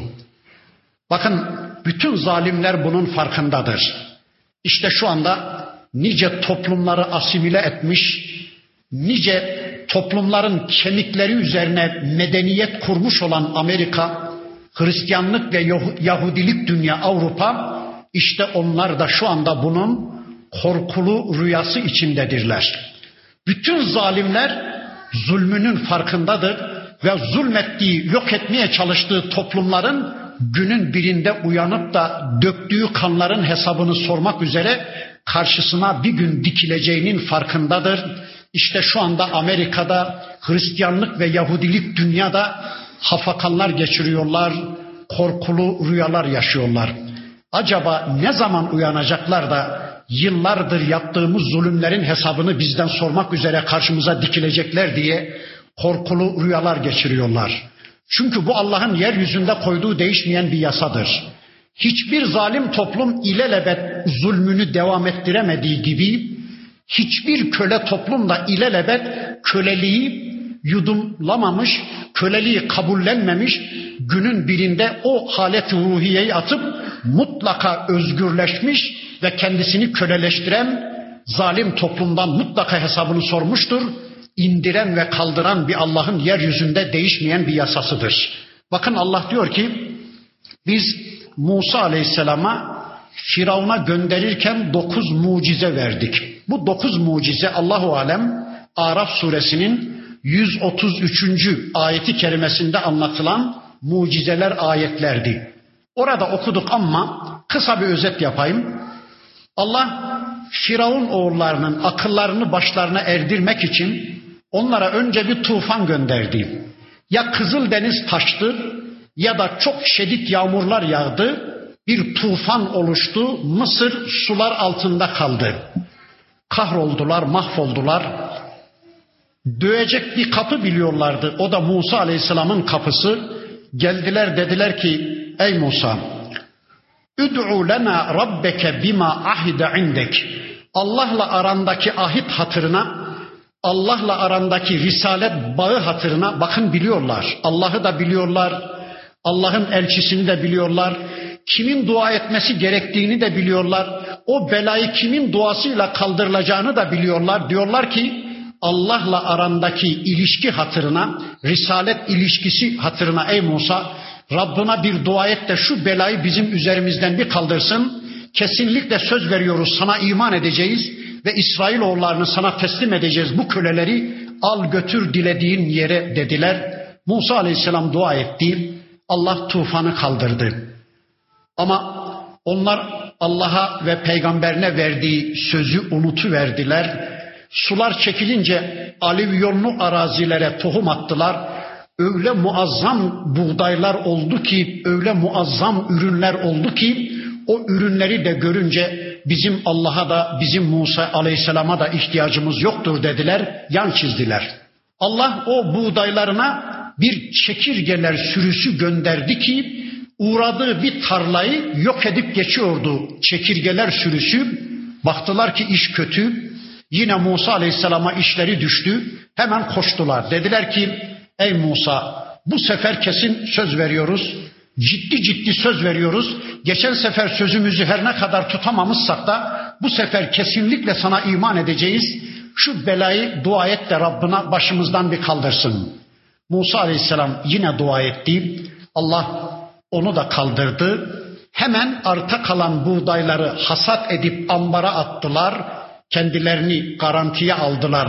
Bakın bütün zalimler bunun farkındadır. İşte şu anda nice toplumları asimile etmiş, nice toplumların kemikleri üzerine medeniyet kurmuş olan Amerika, Hristiyanlık ve Yahudilik dünya Avrupa, işte onlar da şu anda bunun korkulu rüyası içindedirler. Bütün zalimler zulmünün farkındadır ve zulmettiği, yok etmeye çalıştığı toplumların günün birinde uyanıp da döktüğü kanların hesabını sormak üzere karşısına bir gün dikileceğinin farkındadır. İşte şu anda Amerika'da Hristiyanlık ve Yahudilik dünyada hafakanlar geçiriyorlar, korkulu rüyalar yaşıyorlar. Acaba ne zaman uyanacaklar da yıllardır yaptığımız zulümlerin hesabını bizden sormak üzere karşımıza dikilecekler diye korkulu rüyalar geçiriyorlar. Çünkü bu Allah'ın yeryüzünde koyduğu değişmeyen bir yasadır. Hiçbir zalim toplum ilelebet zulmünü devam ettiremediği gibi hiçbir köle toplum da ilelebet köleliği yudumlamamış, köleliği kabullenmemiş, günün birinde o halet-i ruhiyeyi atıp mutlaka özgürleşmiş ve kendisini köleleştiren zalim toplumdan mutlaka hesabını sormuştur. İndiren ve kaldıran bir Allah'ın yeryüzünde değişmeyen bir yasasıdır. Bakın Allah diyor ki biz Musa Aleyhisselam'a Firavun'a gönderirken dokuz mucize verdik. Bu dokuz mucize Allahu Alem Araf suresinin yüz otuz üçüncü ayeti kerimesinde anlatılan mucizeler ayetlerdi. Orada okuduk ama kısa bir özet yapayım. Allah Firavun oğullarının akıllarını başlarına erdirmek için onlara önce bir tufan gönderdi. Ya Kızıldeniz taştı ya da çok şiddet yağmurlar yağdı. Bir tufan oluştu. Mısır sular altında kaldı. Kahroldular, mahvoldular. Dövecek bir kapı biliyorlardı. O da Musa Aleyhisselam'ın kapısı. Geldiler dediler ki ey Musa, Üd'u lena rabbeke bima ahide indek. Allah'la arandaki ahit hatırına, Allah'la arandaki risalet bağı hatırına, bakın biliyorlar. Allah'ı da biliyorlar. Allah'ın elçisini de biliyorlar. Kimin dua etmesi gerektiğini de biliyorlar. O belayı kimin duasıyla kaldırılacağını da biliyorlar. Diyorlar ki Allah'la arandaki ilişki hatırına, risalet ilişkisi hatırına ey Musa, Rabbına bir dua et de şu belayı bizim üzerimizden bir kaldırsın. Kesinlikle söz veriyoruz, sana iman edeceğiz ve İsrailoğullarını sana teslim edeceğiz. Bu köleleri al götür dilediğin yere dediler. Musa Aleyhisselam dua etti. Allah tufanı kaldırdı. Ama onlar Allah'a ve peygamberine verdiği sözü unutuverdiler. Sular çekilince alüvyonlu arazilere tohum attılar. Öyle muazzam buğdaylar oldu ki, öyle muazzam ürünler oldu ki, o ürünleri de görünce bizim Allah'a da bizim Musa Aleyhisselam'a da ihtiyacımız yoktur dediler, yan çizdiler. Allah o buğdaylarına bir çekirgeler sürüsü gönderdi ki uğradığı bir tarlayı yok edip geçiyordu çekirgeler sürüsü. Baktılar ki iş kötü. Yine Musa Aleyhisselam'a işleri düştü. Hemen koştular. Dediler ki ey Musa, bu sefer kesin söz veriyoruz. Ciddi ciddi söz veriyoruz. Geçen sefer sözümüzü her ne kadar tutamamışsak da bu sefer kesinlikle sana iman edeceğiz. Şu belayı dua et de Rabbına başımızdan bir kaldırsın. Musa Aleyhisselam yine dua etti. Allah onu da kaldırdı. Hemen arta kalan buğdayları hasat edip ambara attılar. Kendilerini garantiye aldılar.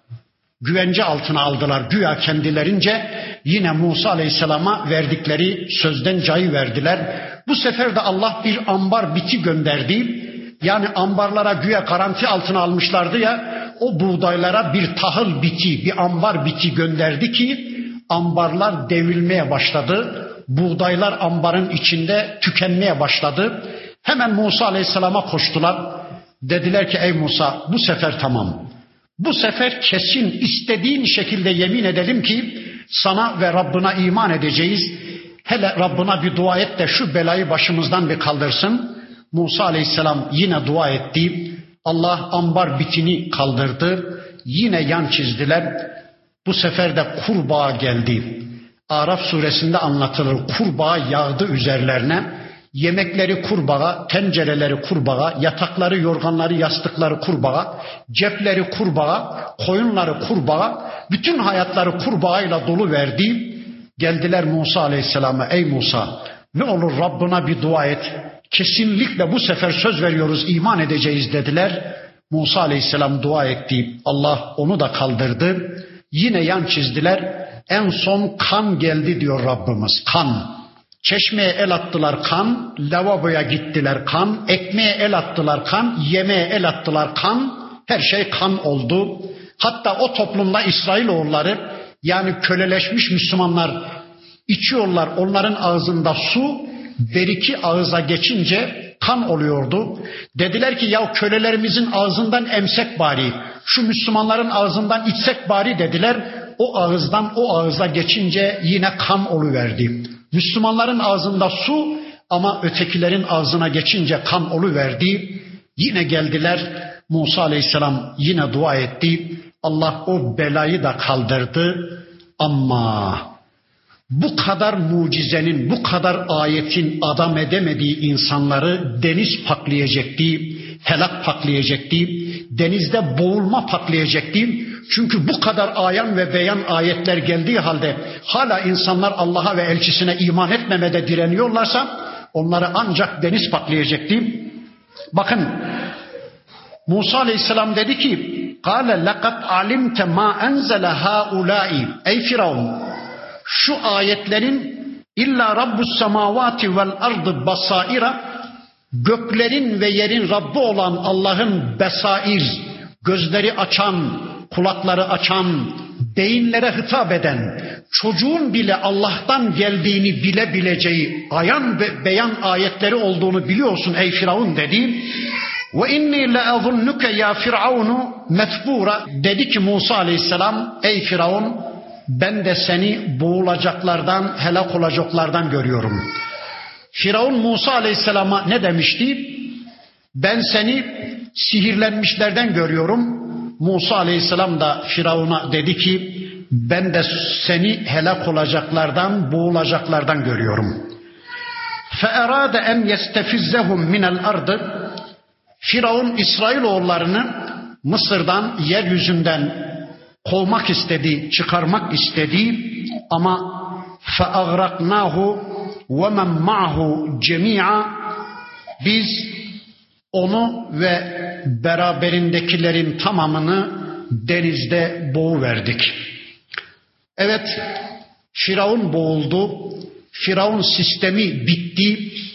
Güvence altına aldılar. Güya kendilerince yine Musa Aleyhisselam'a verdikleri sözden cayı verdiler. Bu sefer de Allah bir ambar biti gönderdi. Yani ambarlara güya garanti altına almışlardı ya, o buğdaylara bir tahıl biti, bir ambar biti gönderdi ki ambarlar devrilmeye başladı. Buğdaylar ambarın içinde tükenmeye başladı. Hemen Musa Aleyhisselam'a koştular. Dediler ki ey Musa, bu sefer tamam. Bu sefer kesin istediğin şekilde yemin edelim ki sana ve Rabbına iman edeceğiz. Hele Rabbına bir dua et de şu belayı başımızdan bir kaldırsın. Musa Aleyhisselam yine dua etti. Allah ambar bitini kaldırdı. Yine yan çizdiler. Bu sefer de kurbağa geldi. Araf suresinde anlatılır. Kurbağa yağdı üzerlerine. Yemekleri kurbağa, tencereleri kurbağa, yatakları, yorganları, yastıkları kurbağa, cepleri kurbağa, koyunları kurbağa, bütün hayatları kurbağayla dolu verdi. Geldiler Musa Aleyhisselam'a, ey Musa, ne olur Rabbına bir dua et. Kesinlikle bu sefer söz veriyoruz, iman edeceğiz dediler. Musa Aleyhisselam dua etti. Allah onu da kaldırdı. Yine yan çizdiler. En son kan geldi diyor Rabbimiz. Kan. Çeşmeye el attılar kan, lavaboya gittiler kan, ekmeğe el attılar kan, yemeğe el attılar kan, her şey kan oldu. Hatta o toplumda İsrailoğulları, yani köleleşmiş Müslümanlar içiyorlar, onların ağzında su bir iki ağıza geçince kan oluyordu. Dediler ki ya kölelerimizin ağzından emsek bari, şu Müslümanların ağzından içsek bari dediler. O ağızdan o ağıza geçince yine kan oluverdi. Müslümanların ağzında su ama ötekilerin ağzına geçince kan oluverdi. Yine geldiler, Musa Aleyhisselam yine dua etti. Allah o belayı da kaldırdı. Ama bu kadar mucizenin, bu kadar ayetin adam edemediği insanları deniz patlayacaktı, helak patlayacaktı, denizde boğulma patlayacaktı. Çünkü bu kadar ayan ve beyan ayetler geldiği halde hala insanlar Allah'a ve elçisine iman etmemede direniyorlarsa onları ancak deniz patlayacaktı. Bakın Musa Aleyhisselam dedi ki قَالَ لَقَدْ عَلِمْتَ مَا أَنْزَلَ هَاُولَٰئِ Ey Firavun, şu ayetlerin illa Rabbus semavati vel ardı basaira, göklerin ve yerin Rabbi olan Allah'ın besair, gözleri açan, kulakları açan, beyinlere hitap eden, çocuğun bile Allah'tan geldiğini bilebileceği ayan ve beyan ayetleri olduğunu biliyorsun ey Firavun dedi. Ve inni le'azunnuke ya Firavunu methbura, dedi ki Musa Aleyhisselam, ey Firavun, ben de seni boğulacaklardan, helak olacaklardan görüyorum. Firavun Musa Aleyhisselam'a ne demişti? Ben seni sihirlenmişlerden görüyorum. Musa Aleyhisselam da Firavun'a dedi ki ben de seni helak olacaklardan, boğulacaklardan görüyorum. فَاَرَادَ اَنْ يَسْتَفِزَّهُمْ مِنَ الْاَرْضِ Firavun İsrailoğullarını Mısır'dan, yeryüzünden kovmak istedi, çıkarmak istedi ama فَاَغْرَقْنَاهُ وَمَنْ مَعْهُ جَمِيعًا Biz onu ve beraberindekilerin tamamını denizde boğuverdik. Evet, Firavun boğuldu. Firavun sistemi bitti.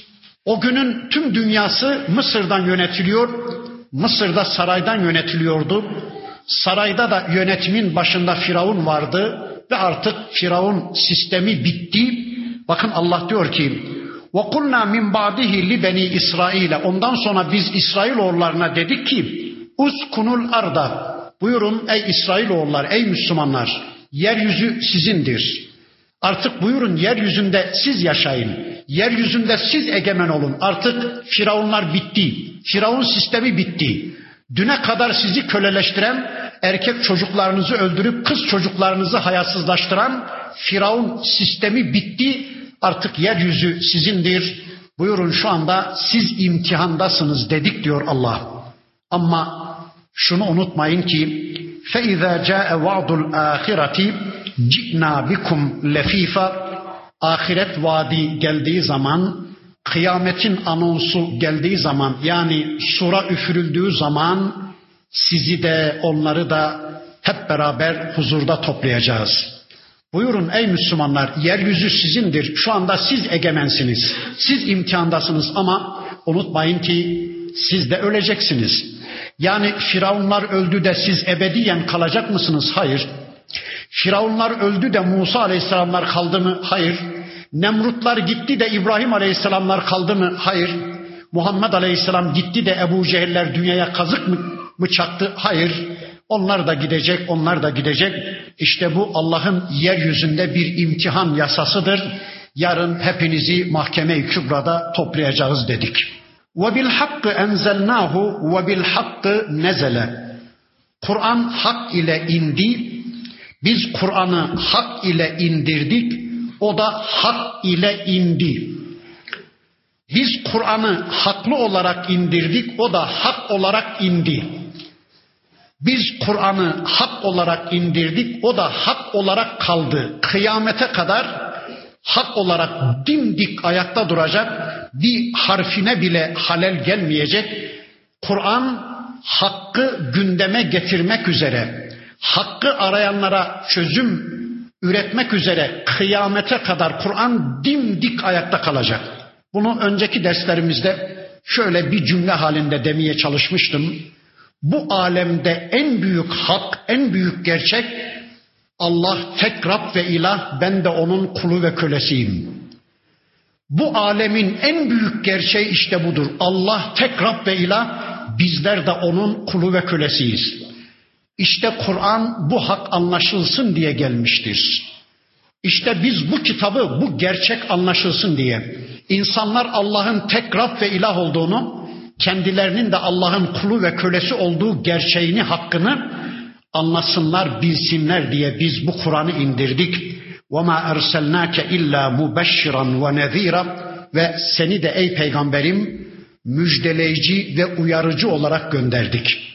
O günün tüm dünyası Mısır'dan yönetiliyor. Mısır'da saraydan yönetiliyordu. Sarayda da yönetimin başında Firavun vardı ve artık Firavun sistemi bitti. Bakın Allah diyor ki: وَقُلْنَا مِنْ بَعْدِهِ لِبَنِي İsrail'e. Ondan sonra biz İsrailoğullarına dedik ki: Uskunul arda. Buyurun ey İsrailoğullar, ey Müslümanlar, yeryüzü sizindir. Artık buyurun yeryüzünde siz yaşayın. Yeryüzünde siz egemen olun. Artık Firavunlar bitti. Firavun sistemi bitti. Düne kadar sizi köleleştiren, erkek çocuklarınızı öldürüp kız çocuklarınızı hayasızlaştıran Firavun sistemi bitti. Artık yeryüzü sizindir. Buyurun şu anda siz imtihandasınız dedik diyor Allah. Ama şunu unutmayın ki فَاِذَا جَاءَ وَعْدُ الْآخِرَةِ جِئْنَا بِكُمْ لَف۪يفًا. Ahiret vaadi geldiği zaman, kıyametin anonsu geldiği zaman, yani sura üfürüldüğü zaman sizi de onları da hep beraber huzurda toplayacağız. Buyurun ey Müslümanlar, yeryüzü sizindir. Şu anda siz egemensiniz. Siz imtihandasınız ama unutmayın ki siz de öleceksiniz. Yani Firavunlar öldü de siz ebediyen kalacak mısınız? Hayır. Firavunlar öldü de Musa Aleyhisselamlar kaldı mı? Hayır. Nemrutlar gitti de İbrahim Aleyhisselamlar kaldı mı? Hayır. Muhammed Aleyhisselam gitti de Ebu Cehiller dünyaya kazık mı, mı çaktı? Hayır. Onlar da gidecek, onlar da gidecek. İşte bu Allah'ın yeryüzünde bir imtihan yasasıdır. Yarın hepinizi mahkeme-i kübrada toplayacağız dedik. وَبِالْحَقِّ اَنْزَلْنَاهُ وَبِالْحَقِّ نَزَلَ. Kur'an hak ile indi. Biz Kur'an'ı hak ile indirdik. O da hak ile indi. Biz Kur'an'ı haklı olarak indirdik. O da hak olarak indi. Biz Kur'an'ı hak olarak indirdik. O da hak olarak kaldı. Kıyamete kadar hak olarak dimdik ayakta duracak. Bir harfine bile halel gelmeyecek. Kur'an hakkı gündeme getirmek üzere, hakkı arayanlara çözüm üretmek üzere kıyamete kadar Kur'an dimdik ayakta kalacak. Bunu önceki derslerimizde şöyle bir cümle halinde demeye çalışmıştım. Bu alemde en büyük hak, en büyük gerçek, Allah tek Rab ve ilah, ben de onun kulu ve kölesiyim. Bu alemin en büyük gerçeği işte budur. Allah tek Rab ve ilah, bizler de onun kulu ve kölesiyiz. İşte Kur'an bu hak anlaşılsın diye gelmiştir. İşte biz bu kitabı, bu gerçek anlaşılsın diye, insanlar Allah'ın tek Rab ve ilah olduğunu, kendilerinin de Allah'ın kulu ve kölesi olduğu gerçeğini, hakkını anlasınlar, bilsinler diye biz bu Kur'an'ı indirdik. وَمَا أَرْسَلْنَاكَ إِلَّا مُبَشِّرًا وَنَذ۪يرًا. Ve seni de ey peygamberim müjdeleyici ve uyarıcı olarak gönderdik.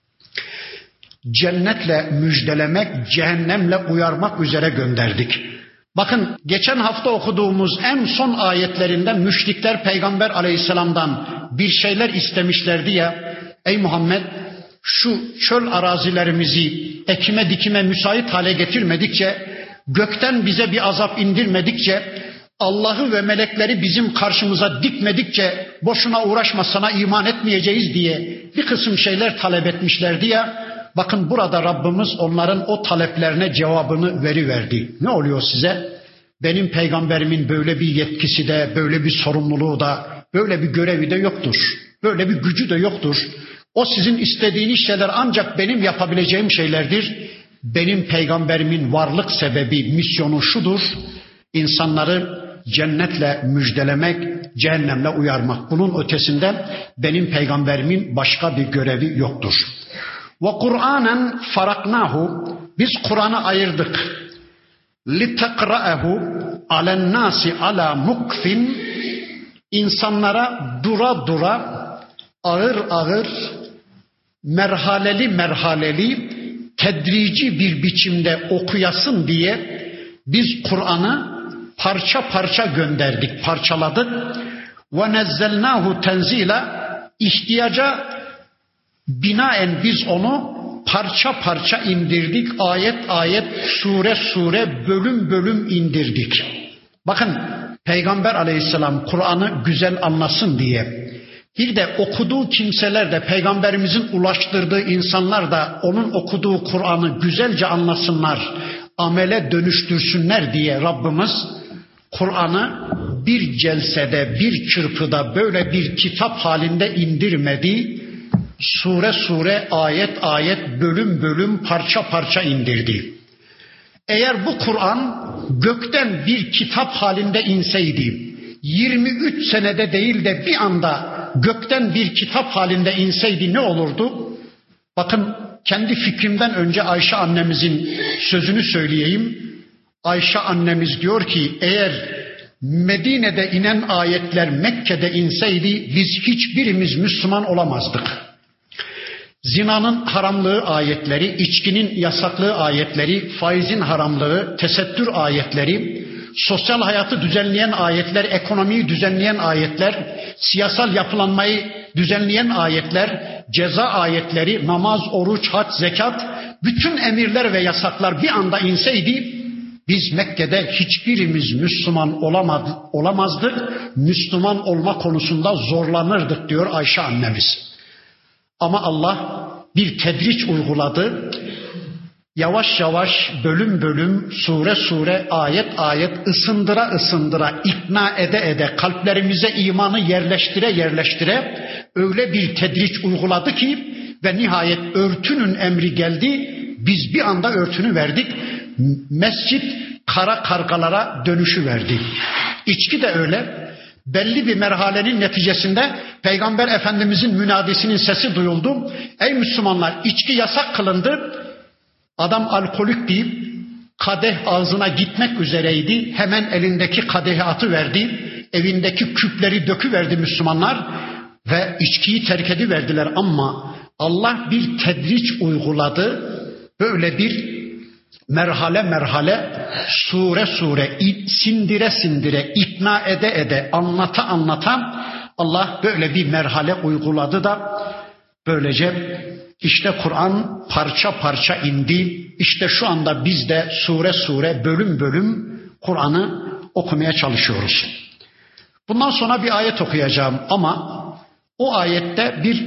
Cennetle müjdelemek, cehennemle uyarmak üzere gönderdik. Bakın geçen hafta okuduğumuz en son ayetlerinde müşrikler Peygamber Aleyhisselam'dan bir şeyler istemişlerdi ya. Ey Muhammed, şu çöl arazilerimizi ekime dikime müsait hale getirmedikçe, gökten bize bir azap indirmedikçe, Allah'ı ve melekleri bizim karşımıza dikmedikçe boşuna uğraşma, sana iman etmeyeceğiz diye bir kısım şeyler talep etmişlerdi ya. Bakın burada Rabbimiz onların o taleplerine cevabını veriverdi. Ne oluyor size? Benim peygamberimin böyle bir yetkisi de, böyle bir sorumluluğu da, böyle bir görevi de yoktur. Böyle bir gücü de yoktur. O sizin istediğiniz şeyler ancak benim yapabileceğim şeylerdir. Benim peygamberimin varlık sebebi, misyonu şudur: İnsanları cennetle müjdelemek, cehennemle uyarmak. Bunun ötesinde benim peygamberimin başka bir görevi yoktur. Ve Kur'anen faraknahu. Biz Kur'an'ı ayırdık. Litekra'ehu alen nasi ala mukfin. İnsanlara dura dura, ağır ağır, merhaleli merhaleli, tedrici bir biçimde okuyasın diye biz Kur'an'ı parça parça gönderdik, parçaladık. Ve nezzelnahu tenzila. İhtiyaca binaen biz onu parça parça indirdik, ayet ayet, sure sure, bölüm bölüm indirdik. Bakın Peygamber aleyhisselam Kur'an'ı güzel anlasın diye, bir de okuduğu kimseler de peygamberimizin ulaştırdığı insanlar da onun okuduğu Kur'an'ı güzelce anlasınlar, amele dönüştürsünler diye Rabbimiz Kur'an'ı bir celsede, bir çırpıda böyle bir kitap halinde indirmedi. Sure sure, ayet ayet, bölüm bölüm, parça parça indirdi. Eğer bu Kur'an gökten bir kitap halinde inseydi, yirmi üç senede değil de bir anda gökten bir kitap halinde inseydi ne olurdu? Bakın, kendi fikrimden önce Ayşe annemizin sözünü söyleyeyim. Ayşe annemiz diyor ki, eğer Medine'de inen ayetler Mekke'de inseydi biz hiçbirimiz Müslüman olamazdık. Zinanın haramlığı ayetleri, içkinin yasaklığı ayetleri, faizin haramlığı, tesettür ayetleri, sosyal hayatı düzenleyen ayetler, ekonomiyi düzenleyen ayetler, siyasal yapılanmayı düzenleyen ayetler, ceza ayetleri, namaz, oruç, hac, zekat, bütün emirler ve yasaklar bir anda inseydi biz Mekke'de hiçbirimiz Müslüman olamadı, olamazdık. Müslüman olma konusunda zorlanırdık diyor Ayşe annemiz. Ama Allah bir tedriç uyguladı. Yavaş yavaş, bölüm bölüm, sure sure, ayet ayet, ısındıra ısındıra, ikna ede ede, kalplerimize imanı yerleştire yerleştire öyle bir tedriç uyguladı ki ve nihayet örtünün emri geldi. Biz bir anda örtünü verdik. Mescit kara kargalara dönüşü verdi. İçki de öyle. Belli bir merhalenin neticesinde Peygamber Efendimizin münadisinin sesi duyuldu. Ey Müslümanlar, içki yasak kılındı. Adam alkolik deyip kadeh ağzına gitmek üzereydi. Hemen elindeki kadehi atıverdi. Evindeki küpleri döküverdi Müslümanlar ve içkiyi terk ediverdiler. Ama Allah bir tedriç uyguladı. Böyle bir merhale merhale, sure sure, sindire sindire, ikna ede ede, anlata anlata Allah böyle bir merhale uyguladı da böylece işte Kur'an parça parça indi. İşte şu anda biz de sure sure, bölüm bölüm Kur'an'ı okumaya çalışıyoruz. Bundan sonra bir ayet okuyacağım ama o ayette bir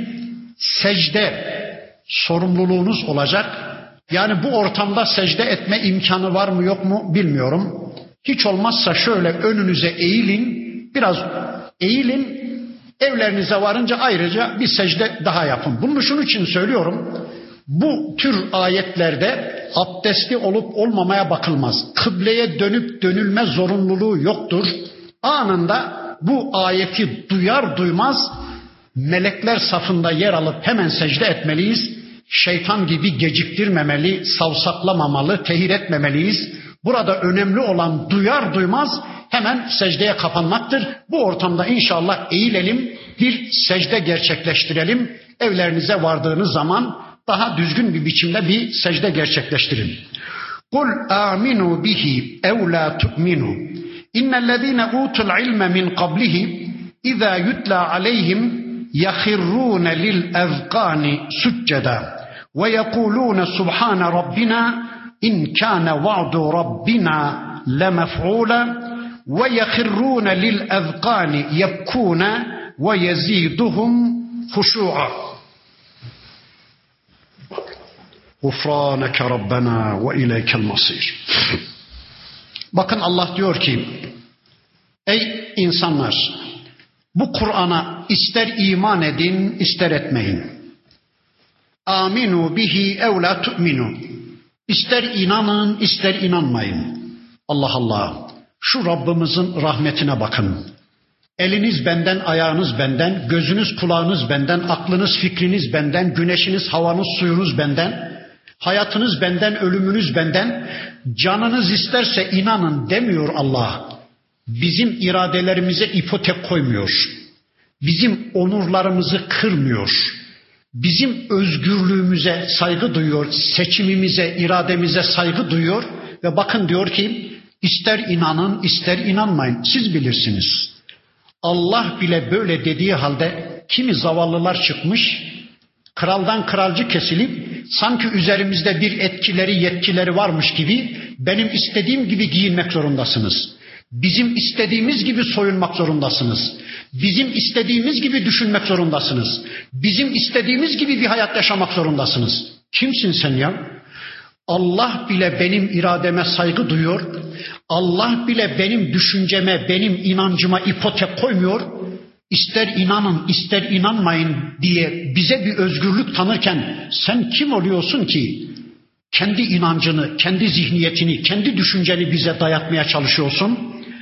secde sorumluluğunuz olacak. Yani bu ortamda secde etme imkanı var mı yok mu bilmiyorum. Hiç olmazsa şöyle önünüze eğilin, biraz eğilin, evlerinize varınca ayrıca bir secde daha yapın. Bunu şunun için söylüyorum. Bu tür ayetlerde abdestli olup olmamaya bakılmaz. Kıbleye dönüp dönülme zorunluluğu yoktur. Anında bu ayeti duyar duymaz melekler safında yer alıp hemen secde etmeliyiz. Şeytan gibi geciktirmemeli, savsaklamamalı, tehir etmemeliyiz. Burada önemli olan duyar duymaz hemen secdeye kapanmaktır. Bu ortamda inşallah eğilelim, bir secde gerçekleştirelim. Evlerinize vardığınız zaman daha düzgün bir biçimde bir secde gerçekleştirin. Kul aminu bihi ev la tu'minu. İnnellezîne utul ilme min qablihi izâ yutla aleyhim yahirrûne lil ezqâni succeda ve yekulûne subhâne rabbina in kâne va'du rabbina lemef'ûle ve yahirrûne lil ezqâni yebkûne ve yezîduhum huşû'a. Gufrâneke rabbena ve ileykel masîr. Bakın Allah diyor ki, ey insanlar, bu Kur'an'a ister iman edin, ister etmeyin. Aminu bihi ev la tu'minu. İster inanın, ister inanmayın. Allah Allah. Şu Rabbimizin rahmetine bakın. Eliniz benden, ayağınız benden, gözünüz kulağınız benden, aklınız fikriniz benden, güneşiniz, havanız, suyunuz benden, hayatınız benden, ölümünüz benden. Canınız isterse inanın demiyor Allah. Bizim iradelerimize ipotek koymuyor. Bizim onurlarımızı kırmıyor. Bizim özgürlüğümüze saygı duyuyor. Seçimimize, irademize saygı duyuyor. Ve bakın diyor ki, ister inanın, ister inanmayın. Siz bilirsiniz. Allah bile böyle dediği halde kimi zavallılar çıkmış, kraldan kralcı kesilip sanki üzerimizde bir etkileri, yetkileri varmış gibi benim istediğim gibi giyinmek zorundasınız. Bizim istediğimiz gibi soyunmak zorundasınız. Bizim istediğimiz gibi düşünmek zorundasınız. Bizim istediğimiz gibi bir hayat yaşamak zorundasınız. Kimsin sen ya? Allah bile benim irademe saygı duyuyor. Allah bile benim düşünceme, benim inancıma ipotek koymuyor. İster inanın, ister inanmayın diye bize bir özgürlük tanırken sen kim oluyorsun ki kendi inancını, kendi zihniyetini, kendi düşünceni bize dayatmaya çalışıyorsun?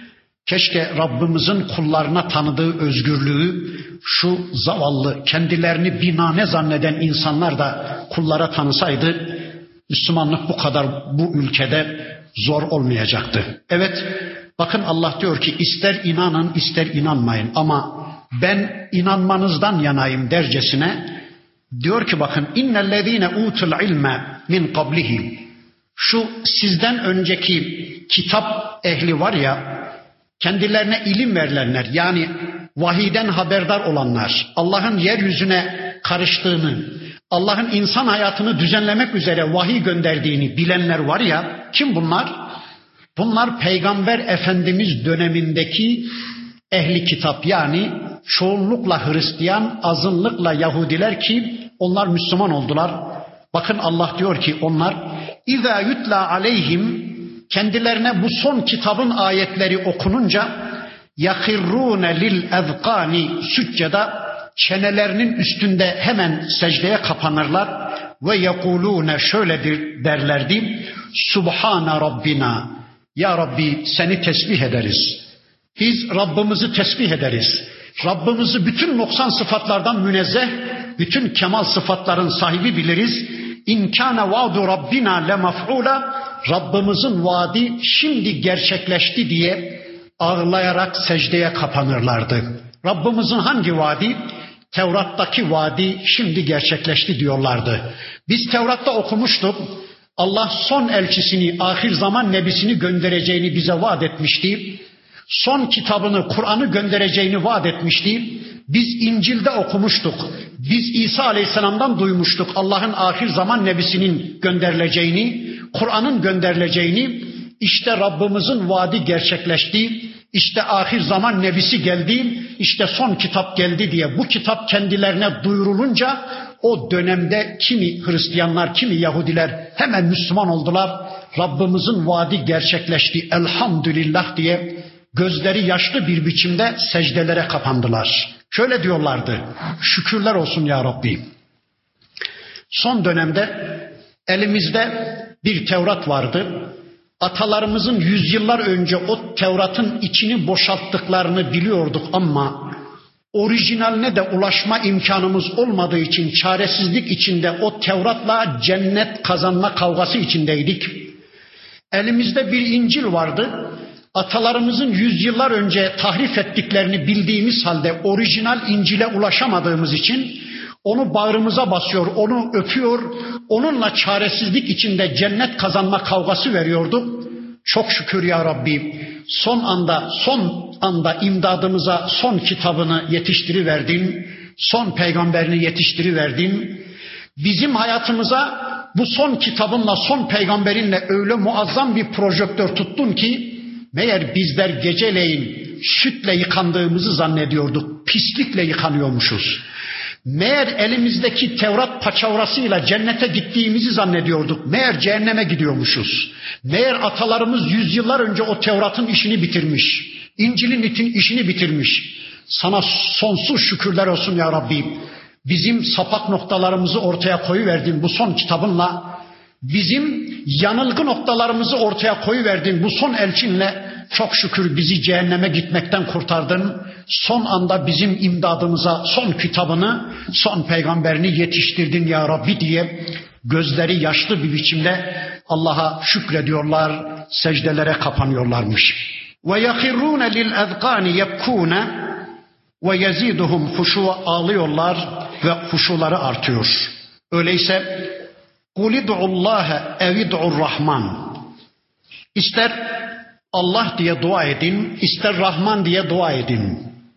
Keşke Rabbimizin kullarına tanıdığı özgürlüğü şu zavallı, kendilerini binane zanneden insanlar da kullara tanısaydı, Müslümanlık bu kadar bu ülkede zor olmayacaktı. Evet, bakın Allah diyor ki ister inanın ister inanmayın ama ben inanmanızdan yanayım dercesine diyor ki bakın innellezine utul ilme min qablihi, şu sizden önceki kitap ehli var ya, kendilerine ilim verilenler, yani vahiyden haberdar olanlar, Allah'ın yeryüzüne karıştığını, Allah'ın insan hayatını düzenlemek üzere vahiy gönderdiğini bilenler var ya, kim bunlar? Bunlar Peygamber Efendimiz dönemindeki ehli kitap, yani çoğunlukla Hristiyan, azınlıkla Yahudiler ki onlar Müslüman oldular. Bakın Allah diyor ki onlar İza yutla aleyhim, kendilerine bu son kitabın ayetleri okununca yakirrune lil ezqani sücceda, çenelerinin üstünde hemen secdeye kapanırlar ve yekulune şöyledir derlerdi. Subhane Rabbina, ya Rabbi seni tesbih ederiz. Biz Rabbimizi tesbih ederiz. Rabbimizi bütün noksan sıfatlardan münezzeh, bütün kemal sıfatların sahibi biliriz. İnkâne vaadu Rabbina lemaf'ûla, Rabbimizin vaadi şimdi gerçekleşti diye ağlayarak secdeye kapanırlardı. Rabbimizin hangi vaadi? Tevrat'taki vaadi şimdi gerçekleşti diyorlardı. Biz Tevrat'ta okumuştuk. Allah son elçisini, ahir zaman nebisini göndereceğini bize vaat etmişti. Son kitabını, Kur'an'ı göndereceğini vaat etmişti. Biz İncil'de okumuştuk. Biz İsa Aleyhisselam'dan duymuştuk Allah'ın ahir zaman nebisinin gönderileceğini, Kur'an'ın gönderileceğini. İşte Rabbimizin vaadi gerçekleşti. İşte ahir zaman nebisi geldi. İşte son kitap geldi diye bu kitap kendilerine duyurulunca o dönemde kimi Hristiyanlar, kimi Yahudiler hemen Müslüman oldular. Rabbimizin vaadi gerçekleşti elhamdülillah diye gözleri yaşlı bir biçimde secdelere kapandılar. Şöyle diyorlardı: şükürler olsun ya Rabbi. Son dönemde elimizde bir Tevrat vardı. Atalarımızın yüzyıllar önce o Tevrat'ın içini boşalttıklarını biliyorduk ama orijinaline de ulaşma imkanımız olmadığı için çaresizlik içinde o Tevrat'la cennet kazanma kavgası içindeydik. Elimizde bir İncil vardı. Atalarımızın yüzyıllar önce tahrif ettiklerini bildiğimiz halde orijinal İncil'e ulaşamadığımız için onu bağrımıza basıyor, onu öpüyor, onunla çaresizlik içinde cennet kazanma kavgası veriyorduk. Çok şükür ya Rabbi, son anda, son anda imdadımıza son kitabını yetiştiriverdin, son peygamberini yetiştiriverdin. Bizim hayatımıza bu son kitabınla, son peygamberinle öyle muazzam bir projektör tuttun ki, meğer bizler geceleyin sütle yıkandığımızı zannediyorduk, pislikle yıkanıyormuşuz. Meğer elimizdeki Tevrat paçavrasıyla cennete gittiğimizi zannediyorduk. Meğer cehenneme gidiyormuşuz. Meğer atalarımız yüzyıllar önce o Tevrat'ın işini bitirmiş. İncil'in işini bitirmiş. Sana sonsuz şükürler olsun ya Rabbi. Bizim sapak noktalarımızı ortaya koyuverdin bu son kitabınla. Bizim yanılgı noktalarımızı ortaya koyuverdin bu son elçinle. Çok şükür bizi cehenneme gitmekten kurtardın. Son anda bizim imdadımıza son kitabını, son peygamberini yetiştirdin ya Rabbi diye gözleri yaşlı bir biçimde Allah'a şükrediyorlar, secdelere kapanıyorlarmış. Ve yahirrûne lil ezqâni yebkûne ve yeziduhum huşû, ağlıyorlar ve huşuları artıyor. Öyleyse kul id'ullâhe ev id'ur rahman. İster Allah diye dua edin, ister Rahman diye dua edin.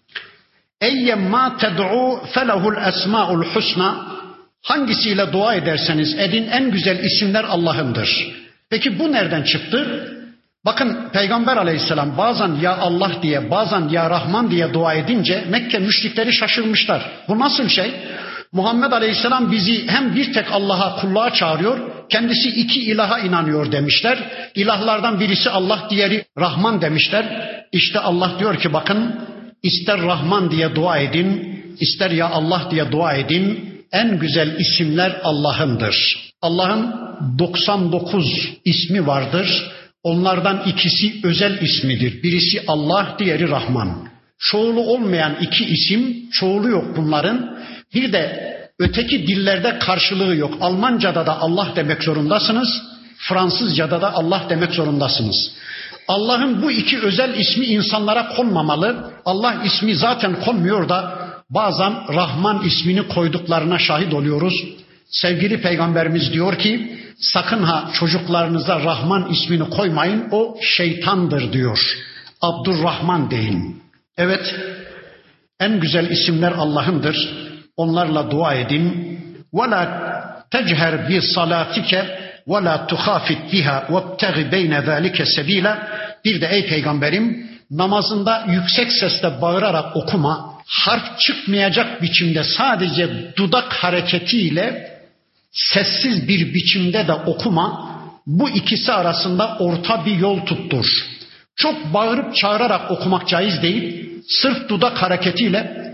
Eyyemmâ ted'û felehul esmâul husna. Hangisiyle dua ederseniz edin en güzel isimler Allah'ındır. Peki bu nereden çıktı? Bakın Peygamber aleyhisselam bazen ya Allah diye bazen ya Rahman diye dua edince Mekke müşrikleri şaşırmışlar. Bu nasıl şey? Muhammed aleyhisselam bizi hem bir tek Allah'a kulluğa çağırıyor, kendisi iki ilaha inanıyor demişler. İlahlardan birisi Allah, diğeri Rahman demişler. İşte Allah diyor ki bakın, ister Rahman diye dua edin, ister ya Allah diye dua edin. En güzel isimler Allah'ındır. Allah'ın doksan dokuz ismi vardır. Onlardan ikisi özel ismidir. Birisi Allah, diğeri Rahman. Çoğulu olmayan iki isim, çoğulu yok bunların. Bir de öteki dillerde karşılığı yok. Almanca'da da Allah demek zorundasınız. Fransızca'da da Allah demek zorundasınız. Allah'ın bu iki özel ismi insanlara konmamalı. Allah ismi zaten konmuyor da bazen Rahman ismini koyduklarına şahit oluyoruz. Sevgili Peygamberimiz diyor ki sakın ha çocuklarınıza Rahman ismini koymayın, o şeytandır diyor. Abdurrahman deyin. Evet, en güzel isimler Allah'ındır. Onlarla dua edin. وَلَا تَجْهَرْ بِصَلَاتِكَ وَلَا تُخَافِتْ بِهَا وَابْتَغِ بَيْنَ ذَٰلِكَ سَب۪يلًا. Bir de ey Peygamberim, namazında yüksek sesle bağırarak okuma, harf çıkmayacak biçimde sadece dudak hareketiyle sessiz bir biçimde de okuma, bu ikisi arasında orta bir yol tuttur. Çok bağırıp çağırarak okumak caiz değil, sırf dudak hareketiyle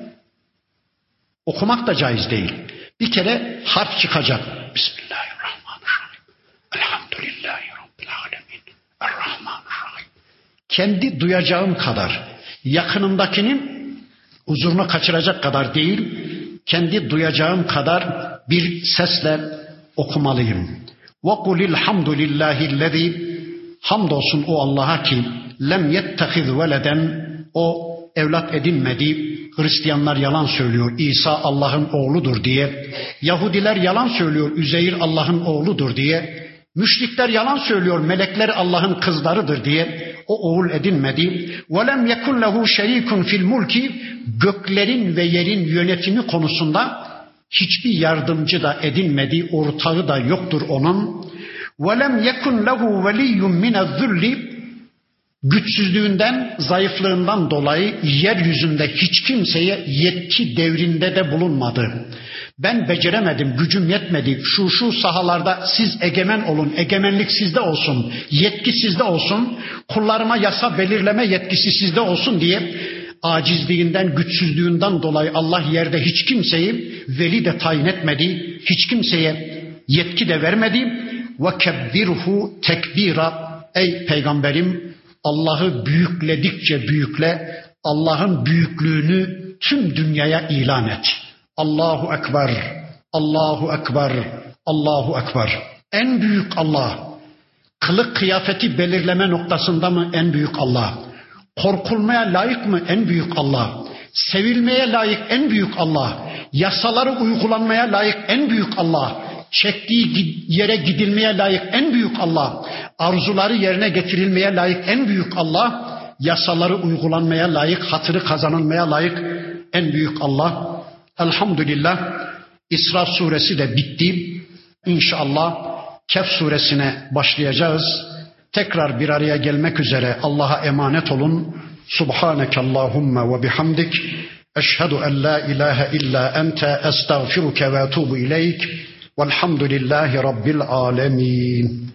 okumak da caiz değil. Bir kere harf çıkacak. Bismillahirrahmanirrahim. Elhamdülillahi Rabbil alemin. Errahmanirrahim. Kendi duyacağım kadar, yakınımdakinin huzurunu kaçıracak kadar değil, kendi duyacağım kadar bir sesle okumalıyım. وَقُلِ الْحَمْدُ لِلّٰهِ الَّذ۪ي Hamdolsun o Allah'a ki lem yettehiz veleden, o evlat edinmedi. Hristiyanlar yalan söylüyor, İsa Allah'ın oğludur diye. Yahudiler yalan söylüyor, Üzeyr Allah'ın oğludur diye. Müşrikler yalan söylüyor, melekler Allah'ın kızlarıdır diye. O oğul edinmedi. وَلَمْ يَكُنْ لَهُ شَر۪يكٌ فِي الْمُلْكِ Göklerin ve yerin yönetimi konusunda hiçbir yardımcı da edinmedi, ortağı da yoktur onun. وَلَمْ يَكُنْ لَهُ وَلِيٌّ مِنَ الذُّلِّ Güçsüzlüğünden, zayıflığından dolayı yeryüzünde hiç kimseye yetki devrinde de bulunmadı. Ben beceremedim, gücüm yetmedi, şu şu sahalarda siz egemen olun, egemenlik sizde olsun, yetki sizde olsun, kullarıma yasa belirleme yetkisi sizde olsun diye acizliğinden, güçsüzlüğünden dolayı Allah yerde hiç kimseyi veli de tayin etmedi, hiç kimseye yetki de vermedi. وَكَبِّرْهُ tekbira. Ey Peygamberim, Allah'ı büyükledikçe büyükle, Allah'ın büyüklüğünü tüm dünyaya ilan et. Allahu Ekber, Allahu Ekber, Allahu Ekber. En büyük Allah. Kılık kıyafeti belirleme noktasında mı en büyük Allah? Korkulmaya layık mı en büyük Allah? Sevilmeye layık en büyük Allah. Yasaları uygulanmaya layık en büyük Allah. Çektiği yere gidilmeye layık en büyük Allah. Arzuları yerine getirilmeye layık en büyük Allah. Yasaları uygulanmaya layık, hatırı kazanılmaya layık en büyük Allah. Elhamdülillah İsra suresi de bitti. İnşallah Kehf suresine başlayacağız. Tekrar bir araya gelmek üzere Allah'a emanet olun. Subhaneke Allahumma ve bihamdik. Eşhedü en la ilahe illa ente estağfiruke ve etubu ileyk. Velhamdülillahi Rabbil alemin.